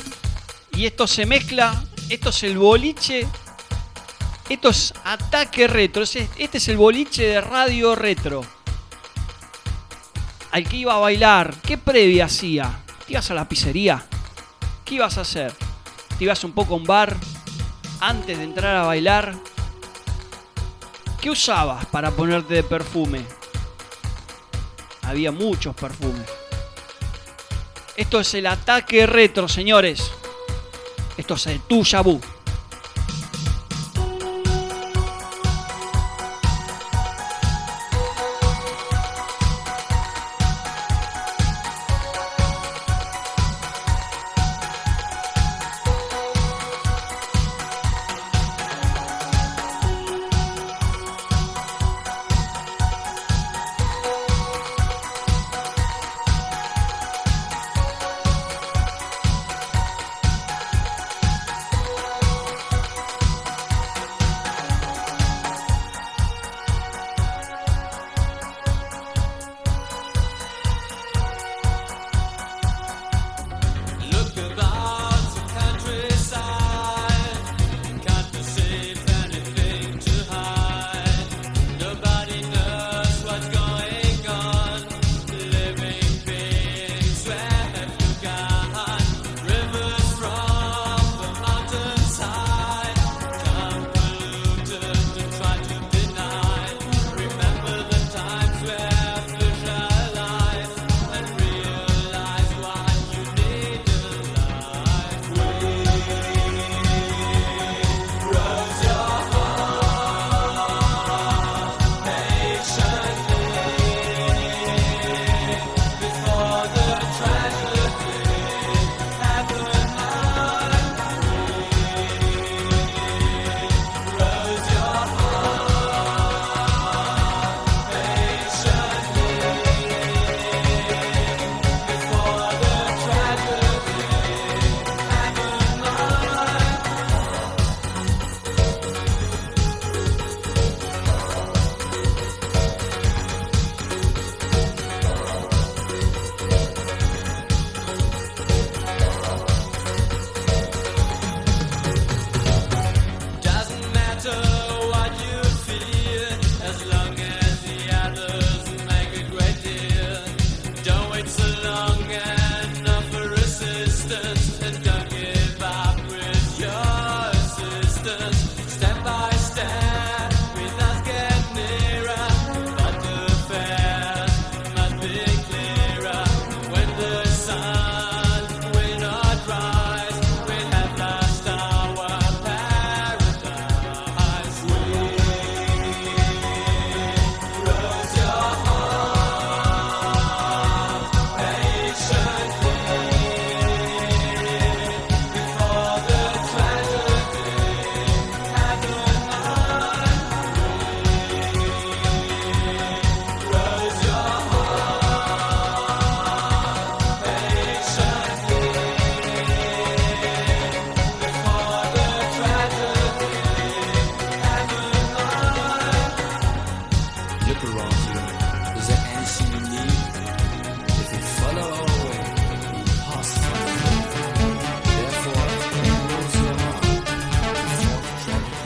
Y esto se mezcla. Esto es el boliche. Esto es Ataque Retro. Este es el boliche de Radio Retro. Al que iba a bailar. ¿Qué previa hacía? ¿Te ibas a la pizzería? ¿Qué ibas a hacer? ¿Te ibas un poco a un bar? Antes de entrar a bailar. ¿Qué usabas para ponerte de perfume? Había muchos perfumes. Esto es el Ataque Retro, señores. Esto es el Déjà Vu.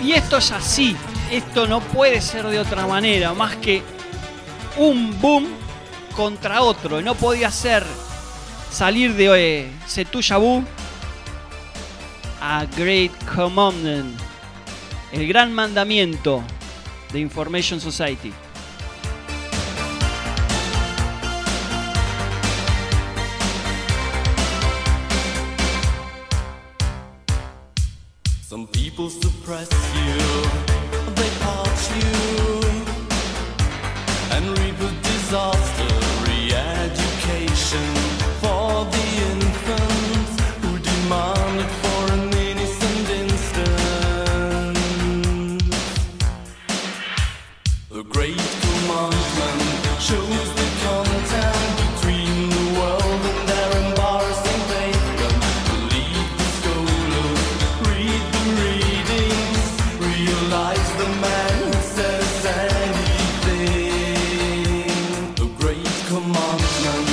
Y esto es así, esto no puede ser de otra manera, más que un boom contra otro. No podía ser salir de eh, Setuya Bu a Great Commandment, el gran mandamiento de Information Society. Some people suppress you, they part you, and reap a disaster, re-education for the infants who demand it for an innocent instant. The great commandment shows the content between the world and their embarrassing pavement. Believe the scholars, read the readings, realize the man who says anything. The great commandment.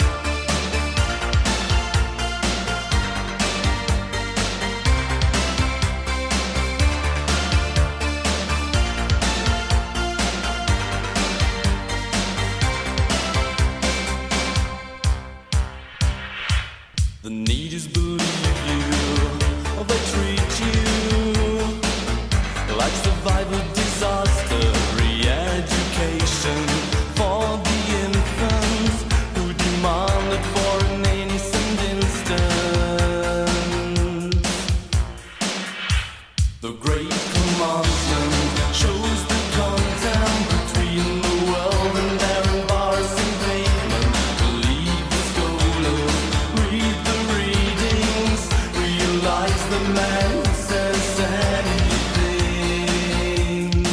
The need is believe you, or they treat you like survivor disaster, re-education for the infants who demand it for an innocent instant. The great commandment shows the content between the world and their embarrassing pavement. Believe the scholars, read the readings, realize the man who says anything.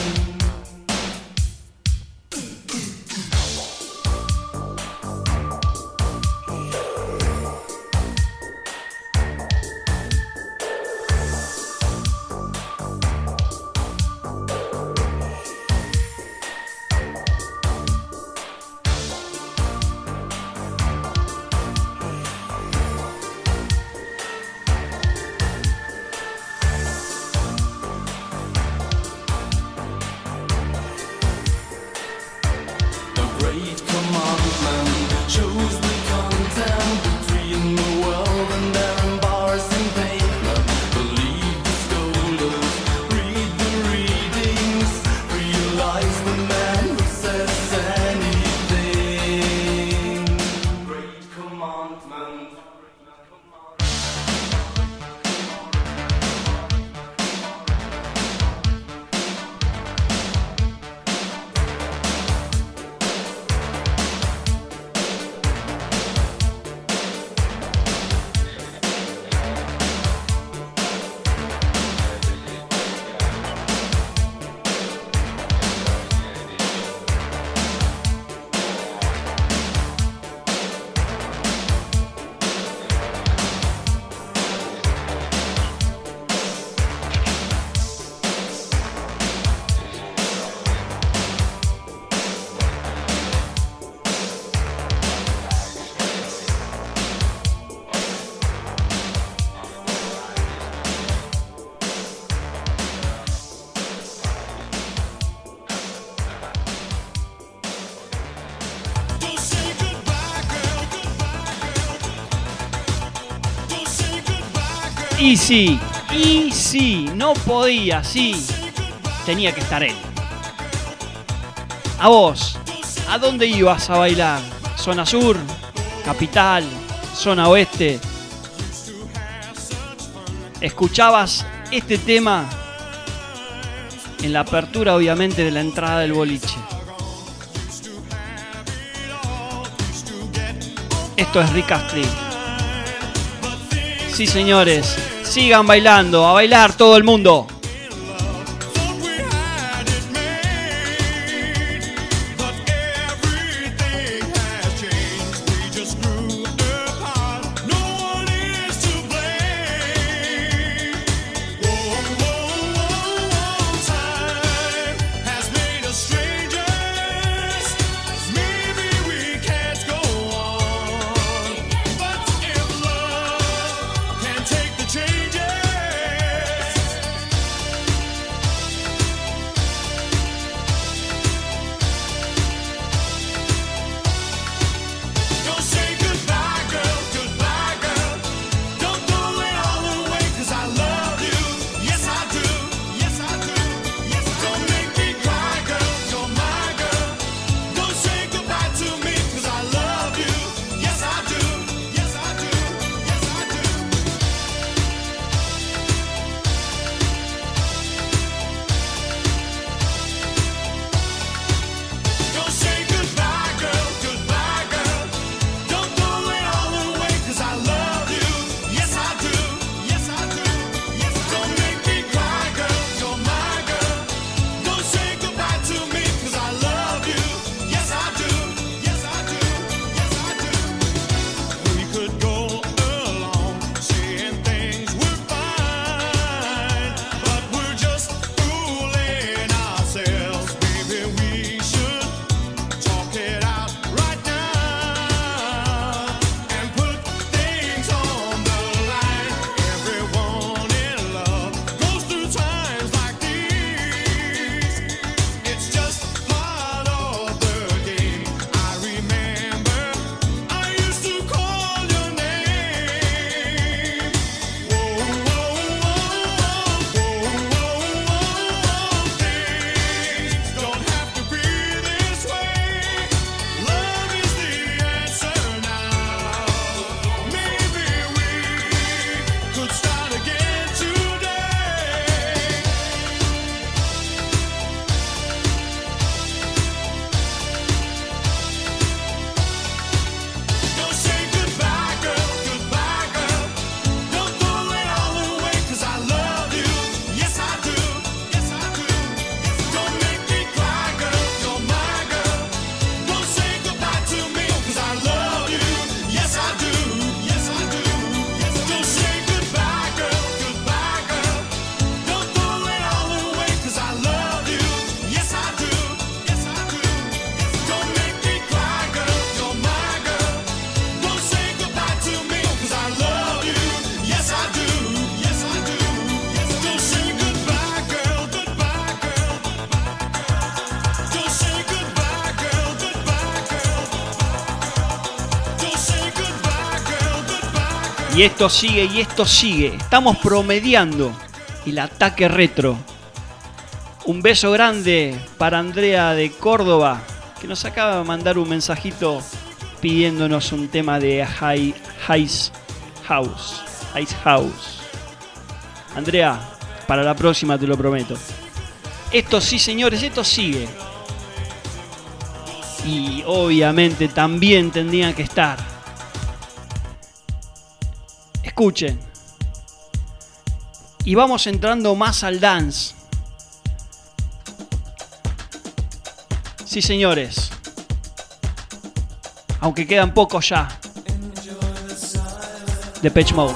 The great commandment shows the content between the world and their embarrassing pavement. Believe the scholars, read the readings, realize the man who says anything. Great commandment. Y sí, y sí, no podía, sí, tenía que estar él. A vos, ¿a dónde ibas a bailar? ¿Zona sur? ¿Capital? ¿Zona oeste? ¿Escuchabas este tema en la apertura, obviamente, de la entrada del boliche? Esto es Rick Astley. Sí, señores, sigan bailando, a bailar todo el mundo. Y esto sigue, y esto sigue. Estamos promediando el ataque retro. Un beso grande para Andrea de Córdoba, que nos acaba de mandar un mensajito pidiéndonos un tema de High, Ice House. Ice House. Andrea, para la próxima te lo prometo. Esto sí, señores, esto sigue. Y obviamente también tendría que estar. Escuchen. Y vamos entrando más al dance. Sí, señores. Aunque quedan pocos ya. Depeche Mode.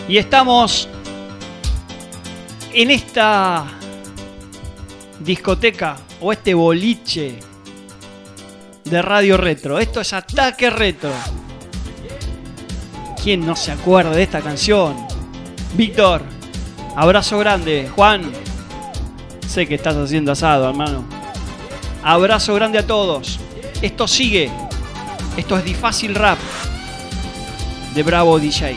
Y estamos en esta discoteca o este boliche de Radio Retro. Esto es Ataque Retro. ¿Quién no se acuerda de esta canción? Víctor, abrazo grande. Juan, sé que estás haciendo asado, hermano. Abrazo grande a todos. Esto sigue. Esto es Difácil Rap de Bravo D J.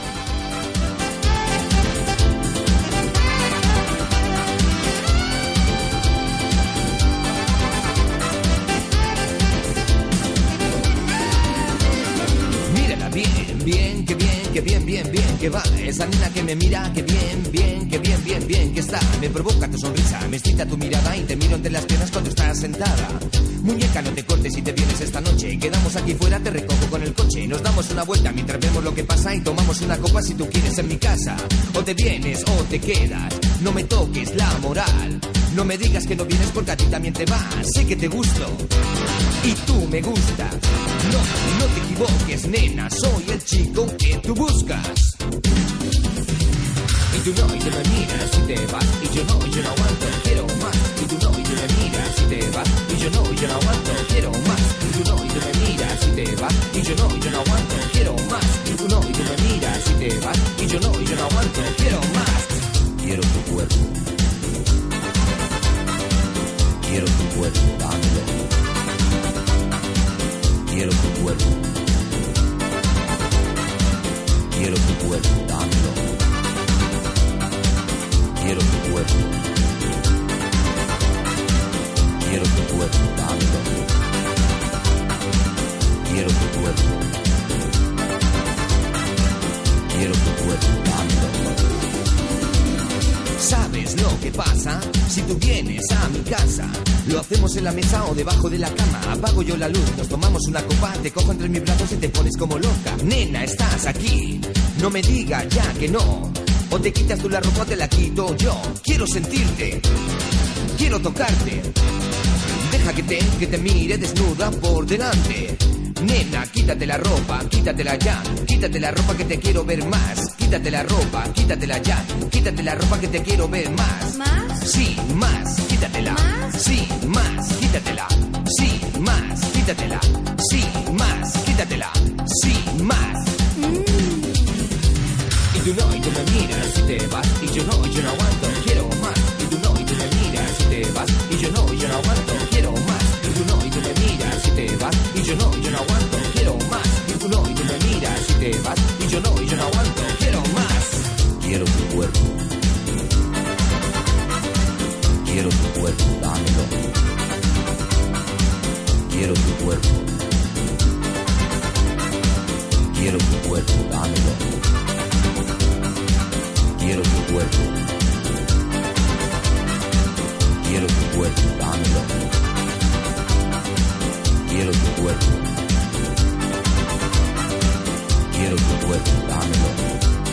Bien, que bien, que bien, bien, bien, que va. Esa nena que me mira, que bien, bien, que bien, bien, bien, que está. Me provoca tu sonrisa, me excita tu mirada y te miro entre las piernas cuando estás sentada. Muñeca, no te cortes si te vienes esta noche. Quedamos aquí fuera, te recojo con el coche. Nos damos una vuelta mientras vemos lo que pasa y tomamos una copa si tú quieres en mi casa. O te vienes o te quedas, no me toques la moral. No me digas que no vienes porque a ti también te va. Sé que te gusto y tú me gustas. No, no te equivoques, nena, soy el chico que tú buscas. Y tú no, y tú me miras y te vas. Y yo no, y yo no aguanto, quiero más. Y tú no, y tú me miras y te vas. Y yo no, y yo no aguanto, quiero más. Y tú no, y tú me miras y te vas. Y yo no, y yo no aguanto, quiero más. Y tú no, y tú me miras y te vas. Y yo no, y yo no aguanto, quiero más. Quiero tu cuerpo. Quiero tu cuerpo, dámelo. Quiero tu cuerpo. Quiero tu cuerpo, dámelo. Quiero tu cuerpo. Quiero tu cuerpo, dámelo. Quiero tu cuerpo. Quiero tu cuerpo, dámelo. ¿Sabes lo que pasa? Si tú vienes a mi casa, lo hacemos en la mesa o debajo de la cama. Apago yo la luz, nos tomamos una copa, te cojo entre mis brazos y te pones como loca. Nena, estás aquí, no me digas ya que no. O te quitas tú la ropa o te la quito yo. Quiero sentirte, quiero tocarte. Deja que te, que te mire desnuda por delante. Nena, quítate la ropa, quítatela ya. Quítate la ropa que te quiero ver más. Quítate la ropa, quítatela ya. Quítate la ropa que te quiero ver más. ¿Más? Sí, más, quítatela. ¿Más? Sí, más, quítatela. Sí, más, quítatela. Sí, más, quítatela. Sí, más. Mm. Y tú no, y tú me miras y te vas. Y yo no, y yo no aguanto, quiero más. Y tú no, y tú me miras y te vas. Y yo no, y yo no aguanto, quiero más. Y tú no, y tú me miras y te vas. Y yo no, y yo no aguanto, quiero más. Y tú no, y tú me miras y te vas. Y yo no, y yo no aguanto, quiero más. Quiero tu cuerpo. Quiero tu cuerpo, dámelo. Quiero tu cuerpo. Quiero tu cuerpo, dámelo. Quiero tu cuerpo. Quiero tu cuerpo, dámelo. Quiero tu cuerpo. Quiero tu cuerpo, dámelo.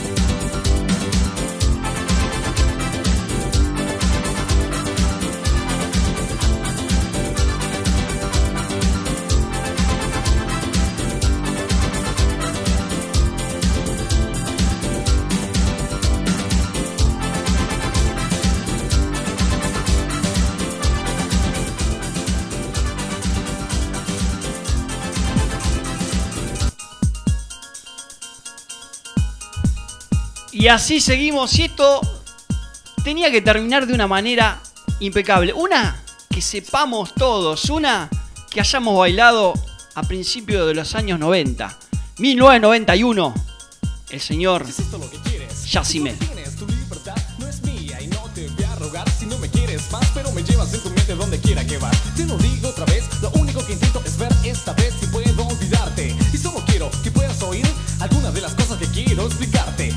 Y así seguimos, y esto tenía que terminar de una manera impecable. Una que sepamos todos, una que hayamos bailado a principios de los años noventa. mil novecientos noventa y uno, el señor Yacimel. No es mía y no te voy a rogar si no me quieres más, pero me llevas en tu mente donde quiera que vas. Te lo digo otra vez, lo único que intento es ver esta vez si puedo olvidarte. Y solo quiero que puedas oír algunas de las cosas que quiero explicarte.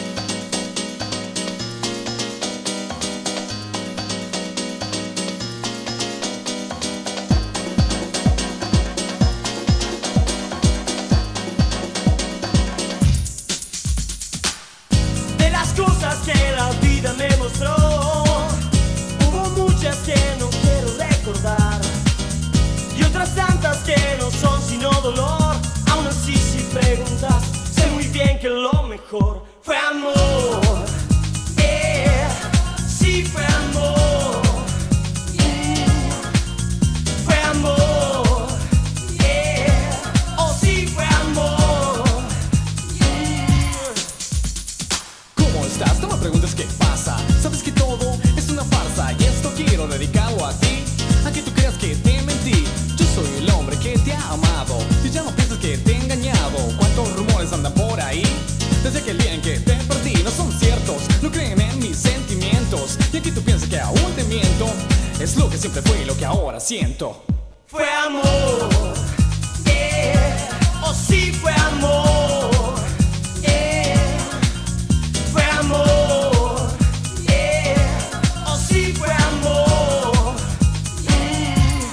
Que la vida me mostró, hubo muchas que no quiero recordar y otras tantas que no son sino dolor. Aún así si preguntas, sé muy bien que lo mejor fue amor. amor, yeah, sí fue amor, yeah, fue amor, yeah, oh sí fue amor, yeah. ¿Cómo estás? No me preguntes qué pasa. Sabes que todo es una farsa y esto quiero dedicarlo a ti. Aunque tú creas que te mentí, yo soy el hombre que te ha amado y ya no piensas que te he engañado. ¿Cuántos rumores andan por ahí? Desde aquel día en que te perdí, no son ciertos, no creen en mis sentimientos. Y aquí tú piensas que aún te miento, es lo que siempre fue y lo que ahora siento. Fue amor, yeah, oh sí fue amor, yeah, fue amor, yeah, oh sí fue amor, yeah.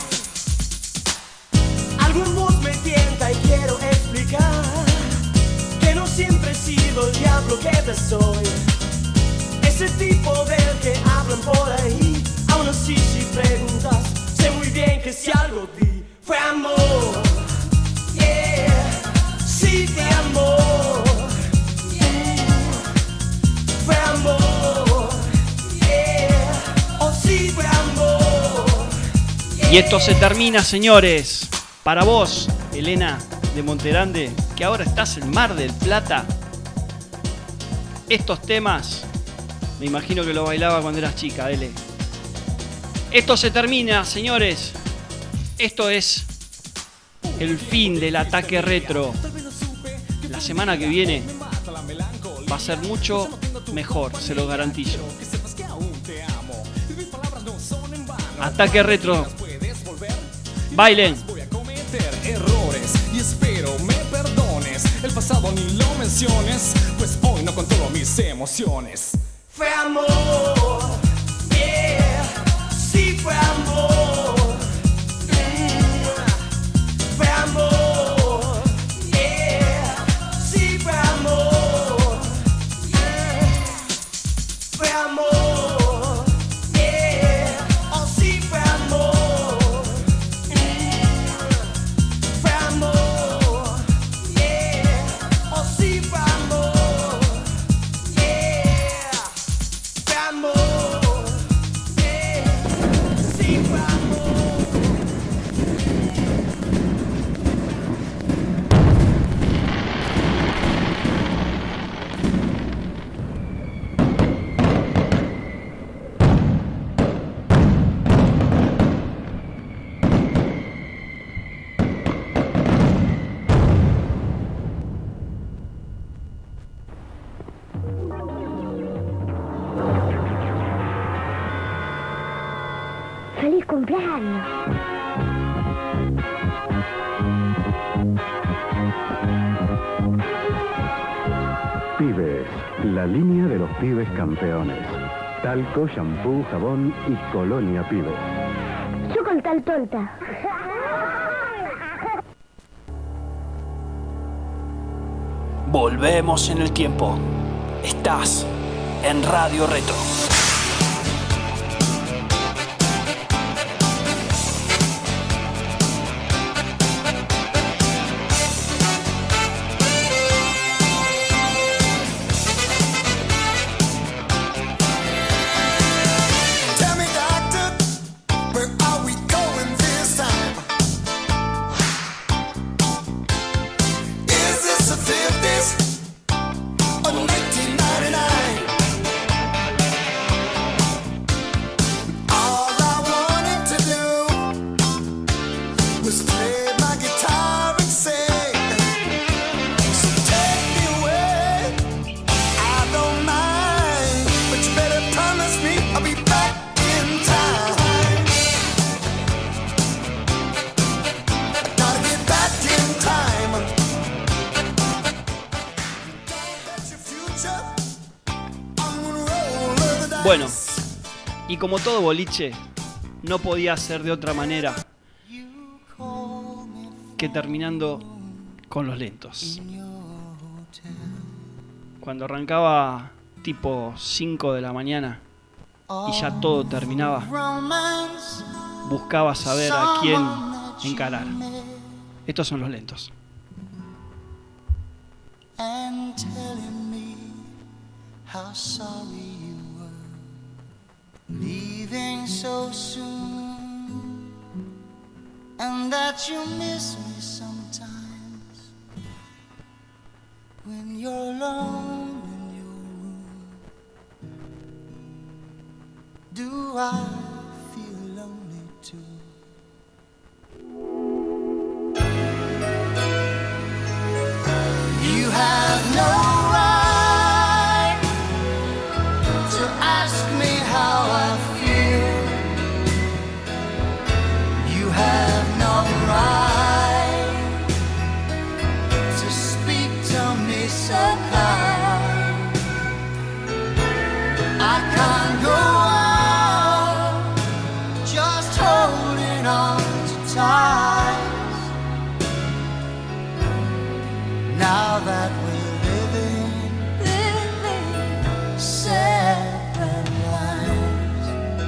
Algún voz me tienta y quiero explicar que no siempre he sido el diablo que te soy. Ese tipo del que hablan por ahí. Aún así si preguntas, sé muy bien que si algo di fue amor, yeah, sí fue amor, yeah, fue amor, yeah, oh sí fue amor, yeah. Y esto se termina, señores. Para vos, Elena de Monterande, que ahora estás en Mar del Plata, estos temas, me imagino que lo bailaba cuando eras chica, Ele. Esto se termina, señores. Esto es el fin del ataque retro. La semana que viene va a ser mucho mejor, se lo garantizo. Ataque retro. Bailen. Errores y espero me perdones. El pasado ni lo menciones, pues hoy no controlo mis emociones. Fue amor, yeah, sí fue amor, yeah, fue amor, yeah, sí fue amor, yeah, fue amor, yeah, oh sí fue amor, yeah, fue amor, yeah, oh sí fue amor, yeah, fue amor, yeah, sí fue amor. ¡Feliz cumpleaños! Pibes, la línea de los pibes campeones. Talco, shampoo, jabón y colonia Pibes. Yo con tal tonta. Volvemos en el tiempo. Estás en Radio Retro. Tell me, doctor, where are we going this time? Is this the fifties or nineteen ninety-nine? All I wanted to do was play my guitar and sing. So take me away, I don't mind, but you better promise me I'll be back in time. I gotta get back in time. That's your future. I'm gonna roll the dice. Bueno, y como todo boliche, no podía ser de otra manera que terminando con los lentos. Cuando arrancaba tipo cinco de la mañana y ya todo terminaba, buscaba saber a quién encarar. Estos son los lentos. And telling me how sorry you were leaving so soon, and that you miss me sometimes when you're alone in your room. Do I feel lonely too? You have no right to ask me how I feel. You have no right to speak to me so kind. I can't go on just holding on to tight. Now that we're living, living separate lives.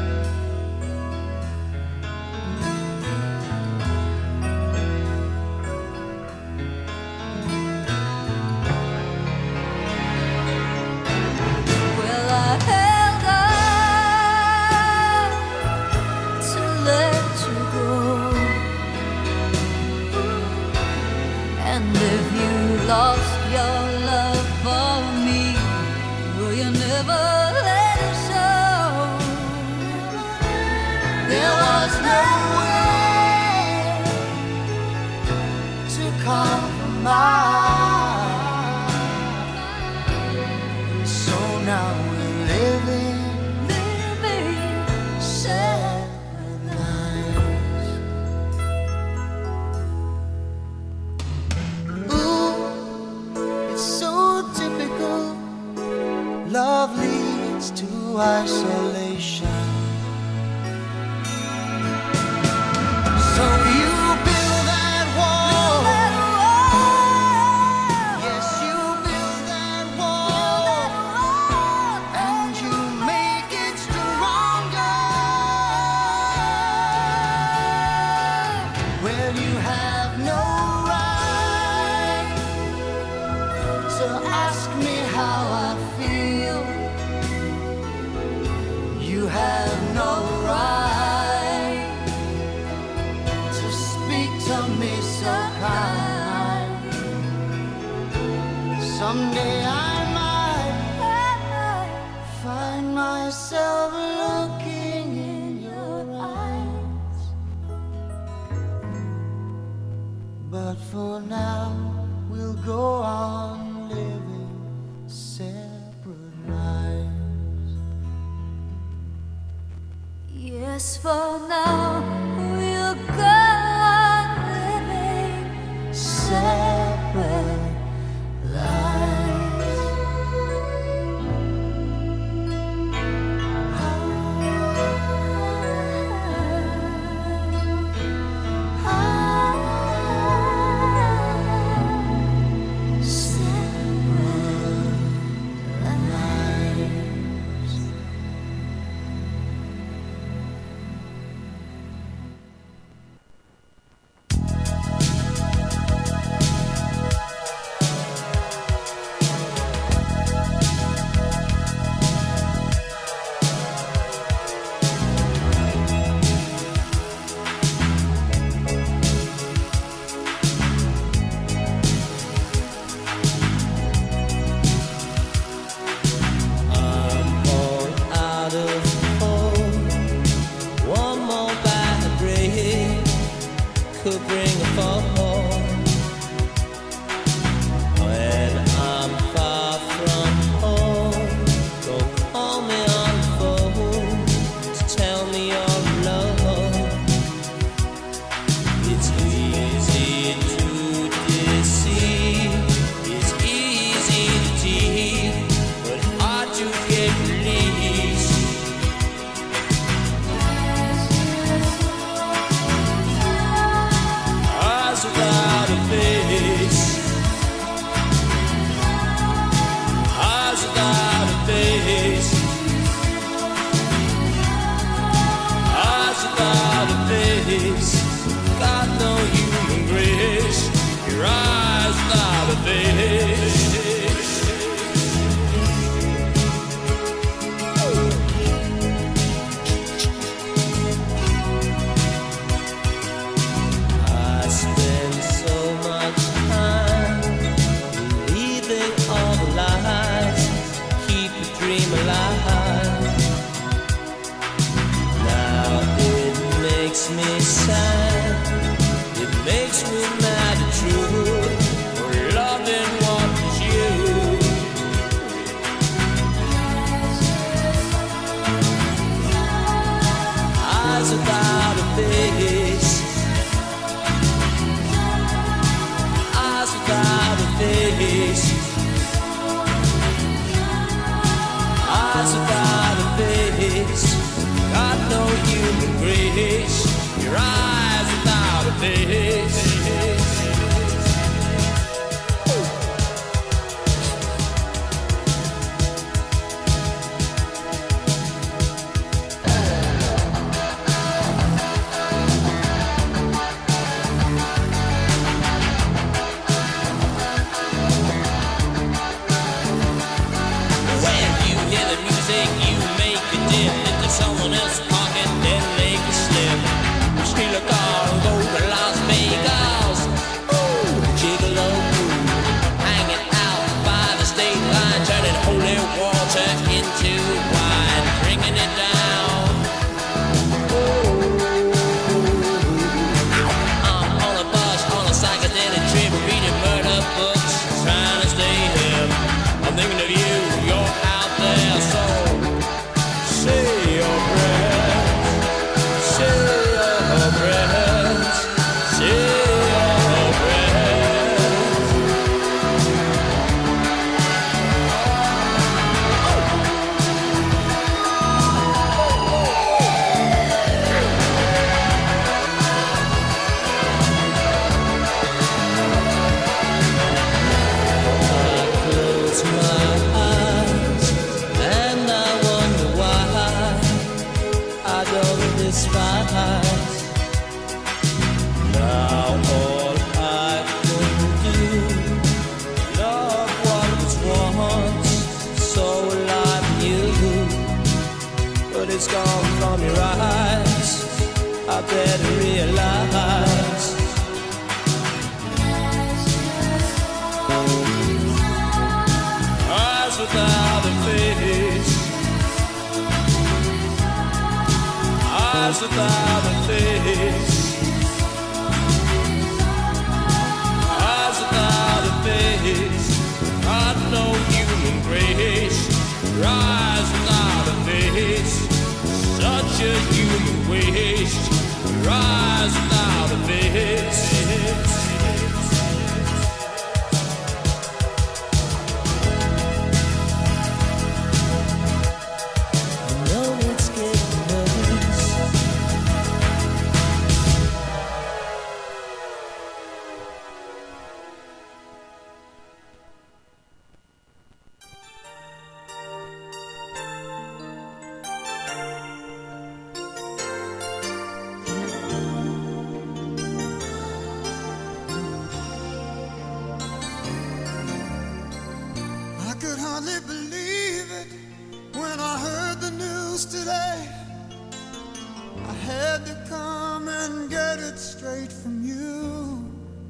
Well, I held on to let you go, and if you lost your love for me, will you never let it show? There was no way to compromise, and so now we're living, living separate lives. Ooh, it's so typical. Love leads to isolation. So you build that wall. Yes, you build that wall, and you make it stronger. Well, you have no right to ask me how I feel. You have no right to speak to me so kind. Someday I might find myself looking in your eyes, but for now we'll go on living separate lives. Yes, for now we'll go on living Separate lives. Separate lives. eyes without a face, got no human grace. Your eyes without a face. Someone else's pocket, then make it slip. Steal a car and go to Las Vegas. Ooh, gigolo, hanging out by the state line, turning holy water into wine, drinking it down. Ooh, I'm on a bus, on a psychedelic trip, reading murder books, trying to stay hip. I'm thinking of you, you're out there, so say your prayers, say your prayers, say your prayers. I close my eyes and I wonder why I don't despise. Now all I can do, love what was once so like you, but it's gone from your eyes. I better realize. Eyes without a face, eyes without a face, eyes without a face, got no human grace. Your eyes without a face, such a human waste. Your eyes without a face. I could hardly believe it when I heard the news today. I had to come and get it straight from you.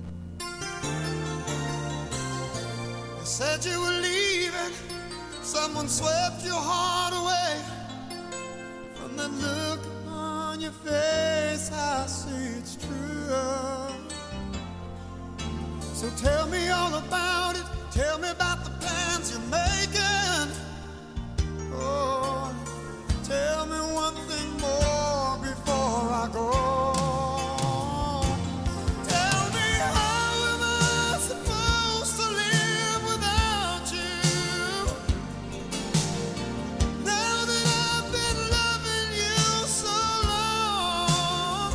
They said you were leaving, someone swept your heart away. From the look on your face, I see it's true. So tell me all about it. Tell me about the plans you're making. Oh, tell me one thing more before I go. Tell me, how am I supposed to live without you? Now that I've been loving you so long,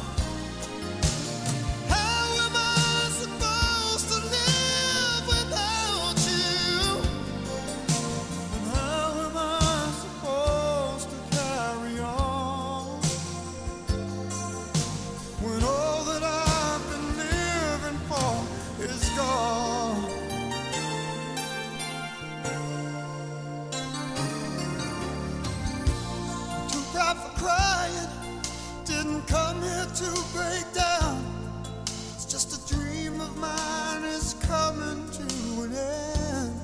how am I supposed to live without you? And how am I supposed to carry on when all that I've been living for is gone? Too proud for crying, didn't come here to break down. It's just a dream of mine is coming to an end.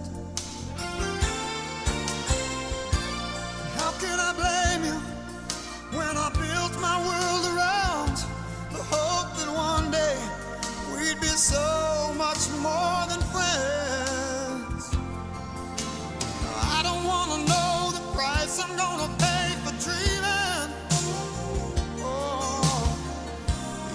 How can I blame you when I built my world around the hope that one day we'd be so much more than friends? I don't wanna know the price I'm gonna pay for dreaming. Oh,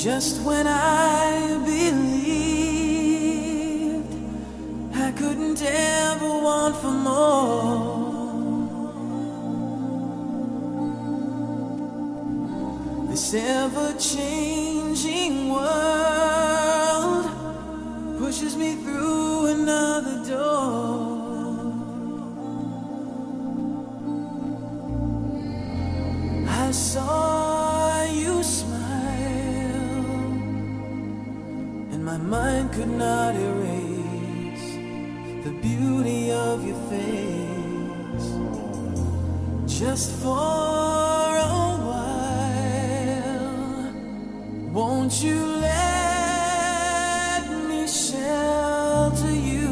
Just when I believed I couldn't ever want for more, this ever-changing world pushes me through another door. I saw you smile, and my mind could not erase the beauty of your face. Just for a while, won't you let me shelter you?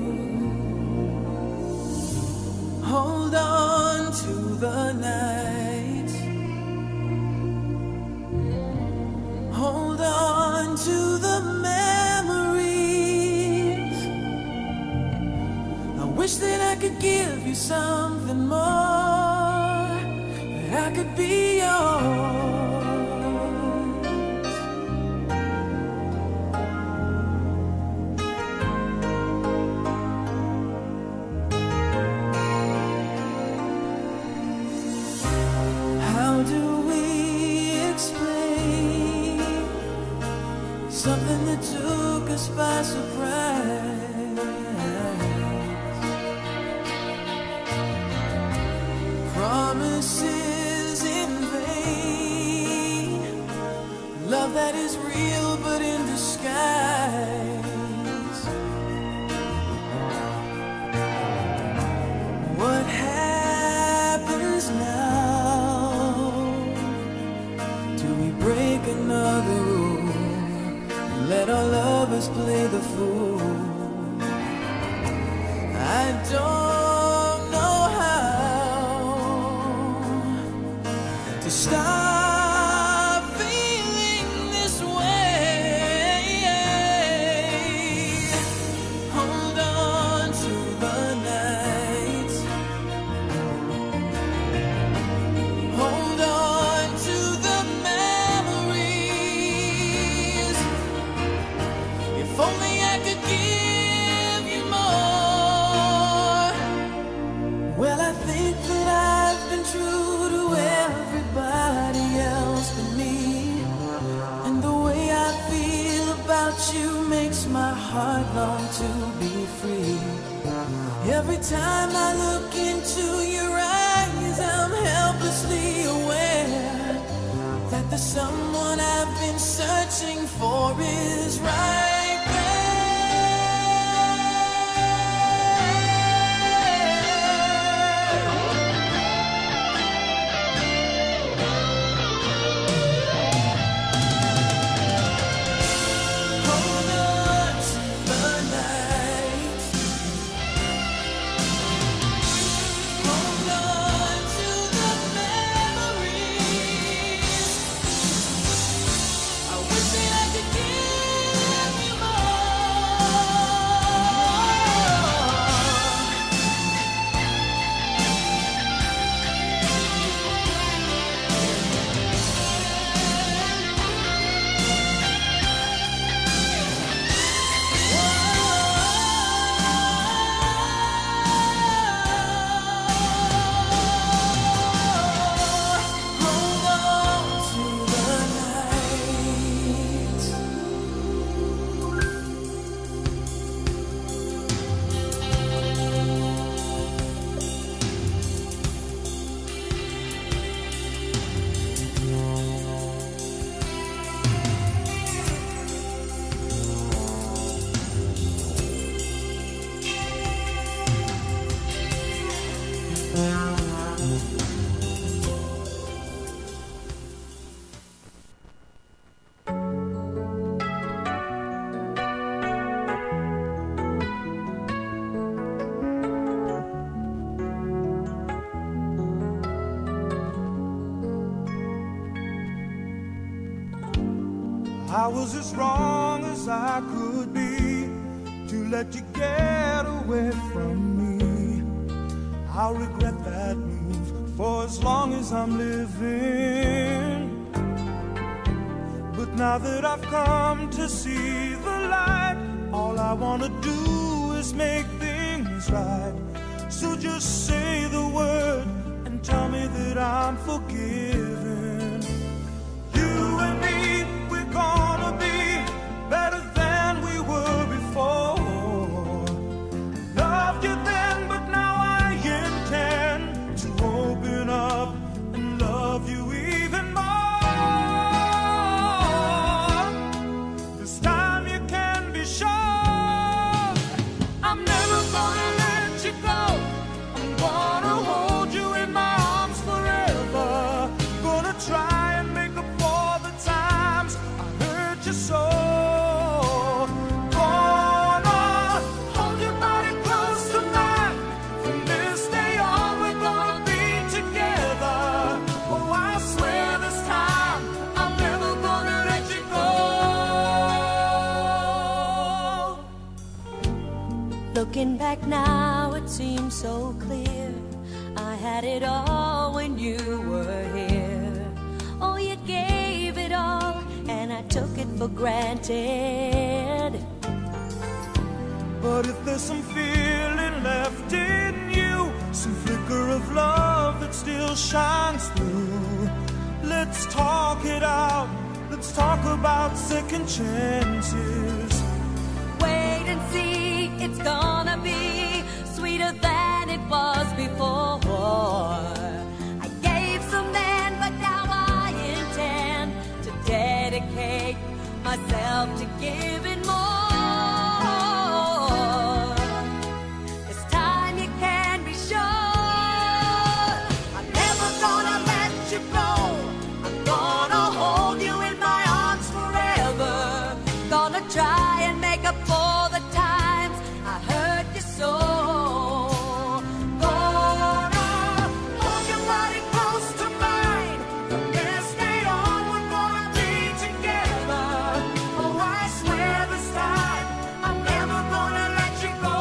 Hold on to the night, hold on to the memories. I wish that I could give you something more, that I could be yours. How do we explain something that took us by surprise? Promises in vain, love that is real but in disguise. What happens now? Do we break another rule and let our lovers play the fool? I don't know how to stop feeling this way. Hold on to the night, hold on to the memories. If only I could give you more. Well, I think that I've been true to everybody else but me, and the way I feel about you makes my heart long to be free. Every time I look into your eyes, I'm helplessly aware that the someone I've been searching for is right there. Hold on to the night, hold on to the memories. I wish that I could give you hold on to the night. I was as wrong as I could be to let you get away from me. I'll regret that move for as long as I'm living. But But now that I've come to see the light, all I wanna do is make things right. So just say the word and tell me that I'm forgiven. You and me, we're gonna be better than we were before. Loved you then, but now I intend to open up and love you even more. This time you can be sure I'm never gonna let you go. I'm gonna hold you in my arms forever. Gonna try and make up for the times I hurt you so. Gonna hold your body close to mine. From this day on we're gonna be together. Oh, I swear this time I'm never gonna let you go. Looking back now, it seems so clear. I had it all when you were here. Oh, you gave it all, and I took it for granted. But if there's some feeling left in you, some flicker of love that still shines through, let's talk it out. Let's talk about second chances. Wait and see, it's gonna be sweeter than it was before. I gave some then, but now I intend to dedicate myself to giving more. This time you can be sure I'm never gonna let you go. I'm gonna hold you in my arms forever. Gonna try and make up for the times I hurt you so. Gonna hold your body close to mine. From this day on we're gonna be together. Oh, I swear this time I'm never gonna let you go.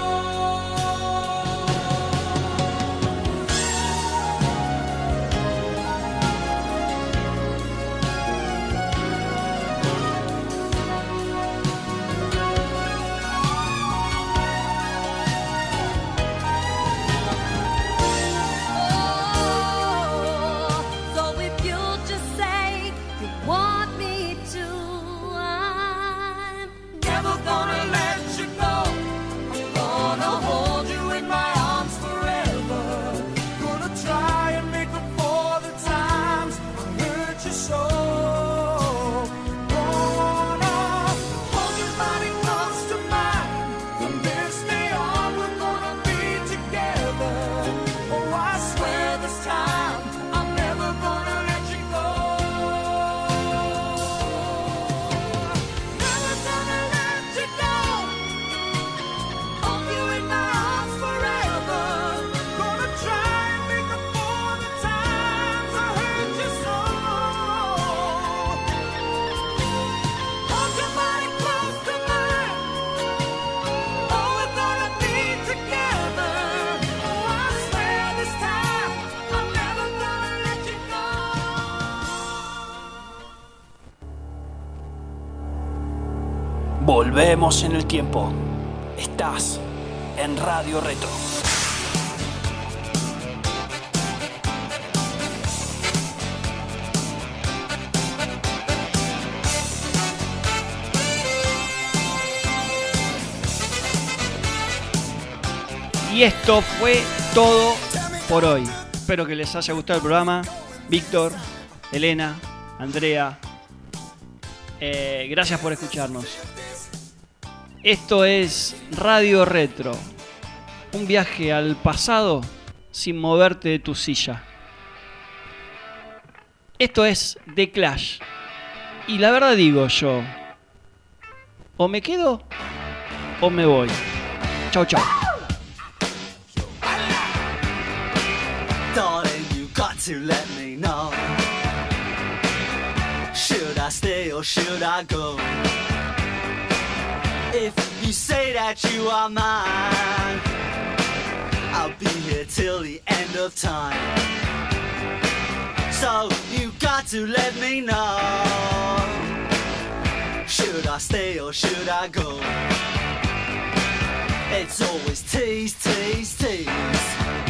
So if you'll just say you want me to, I'm never gonna let you go. I'm gonna hold you in my arms forever. Gonna try and make up for the times I hurt you so. Gonna hold your body close to mine. From this day on we're gonna be together. Oh, I swear this time I'm never gonna let you go. Never gonna let you go. Hold you in my arms forever. Gonna try and make up for the times I hurt you so. Hold your body close to mine. Oh, we're gonna be together. Oh, I swear this time I'm never gonna let you go. Volvemos en el tiempo. Estás en Radio Retro. Y esto fue todo por hoy. Espero que les haya gustado el programa. Víctor, Elena, Andrea, eh, gracias por escucharnos. Esto es Radio Retro, un viaje al pasado sin moverte de tu silla. Esto es The Clash. Y la verdad digo yo, o me quedo o me voy. Chau, chau. Darling, you got to let me know. Should I stay or should I go? If you say that you are mine, I'll be here till the end of time. So you got to let me know. Should I stay or should I go? It's always tease, tease, tease.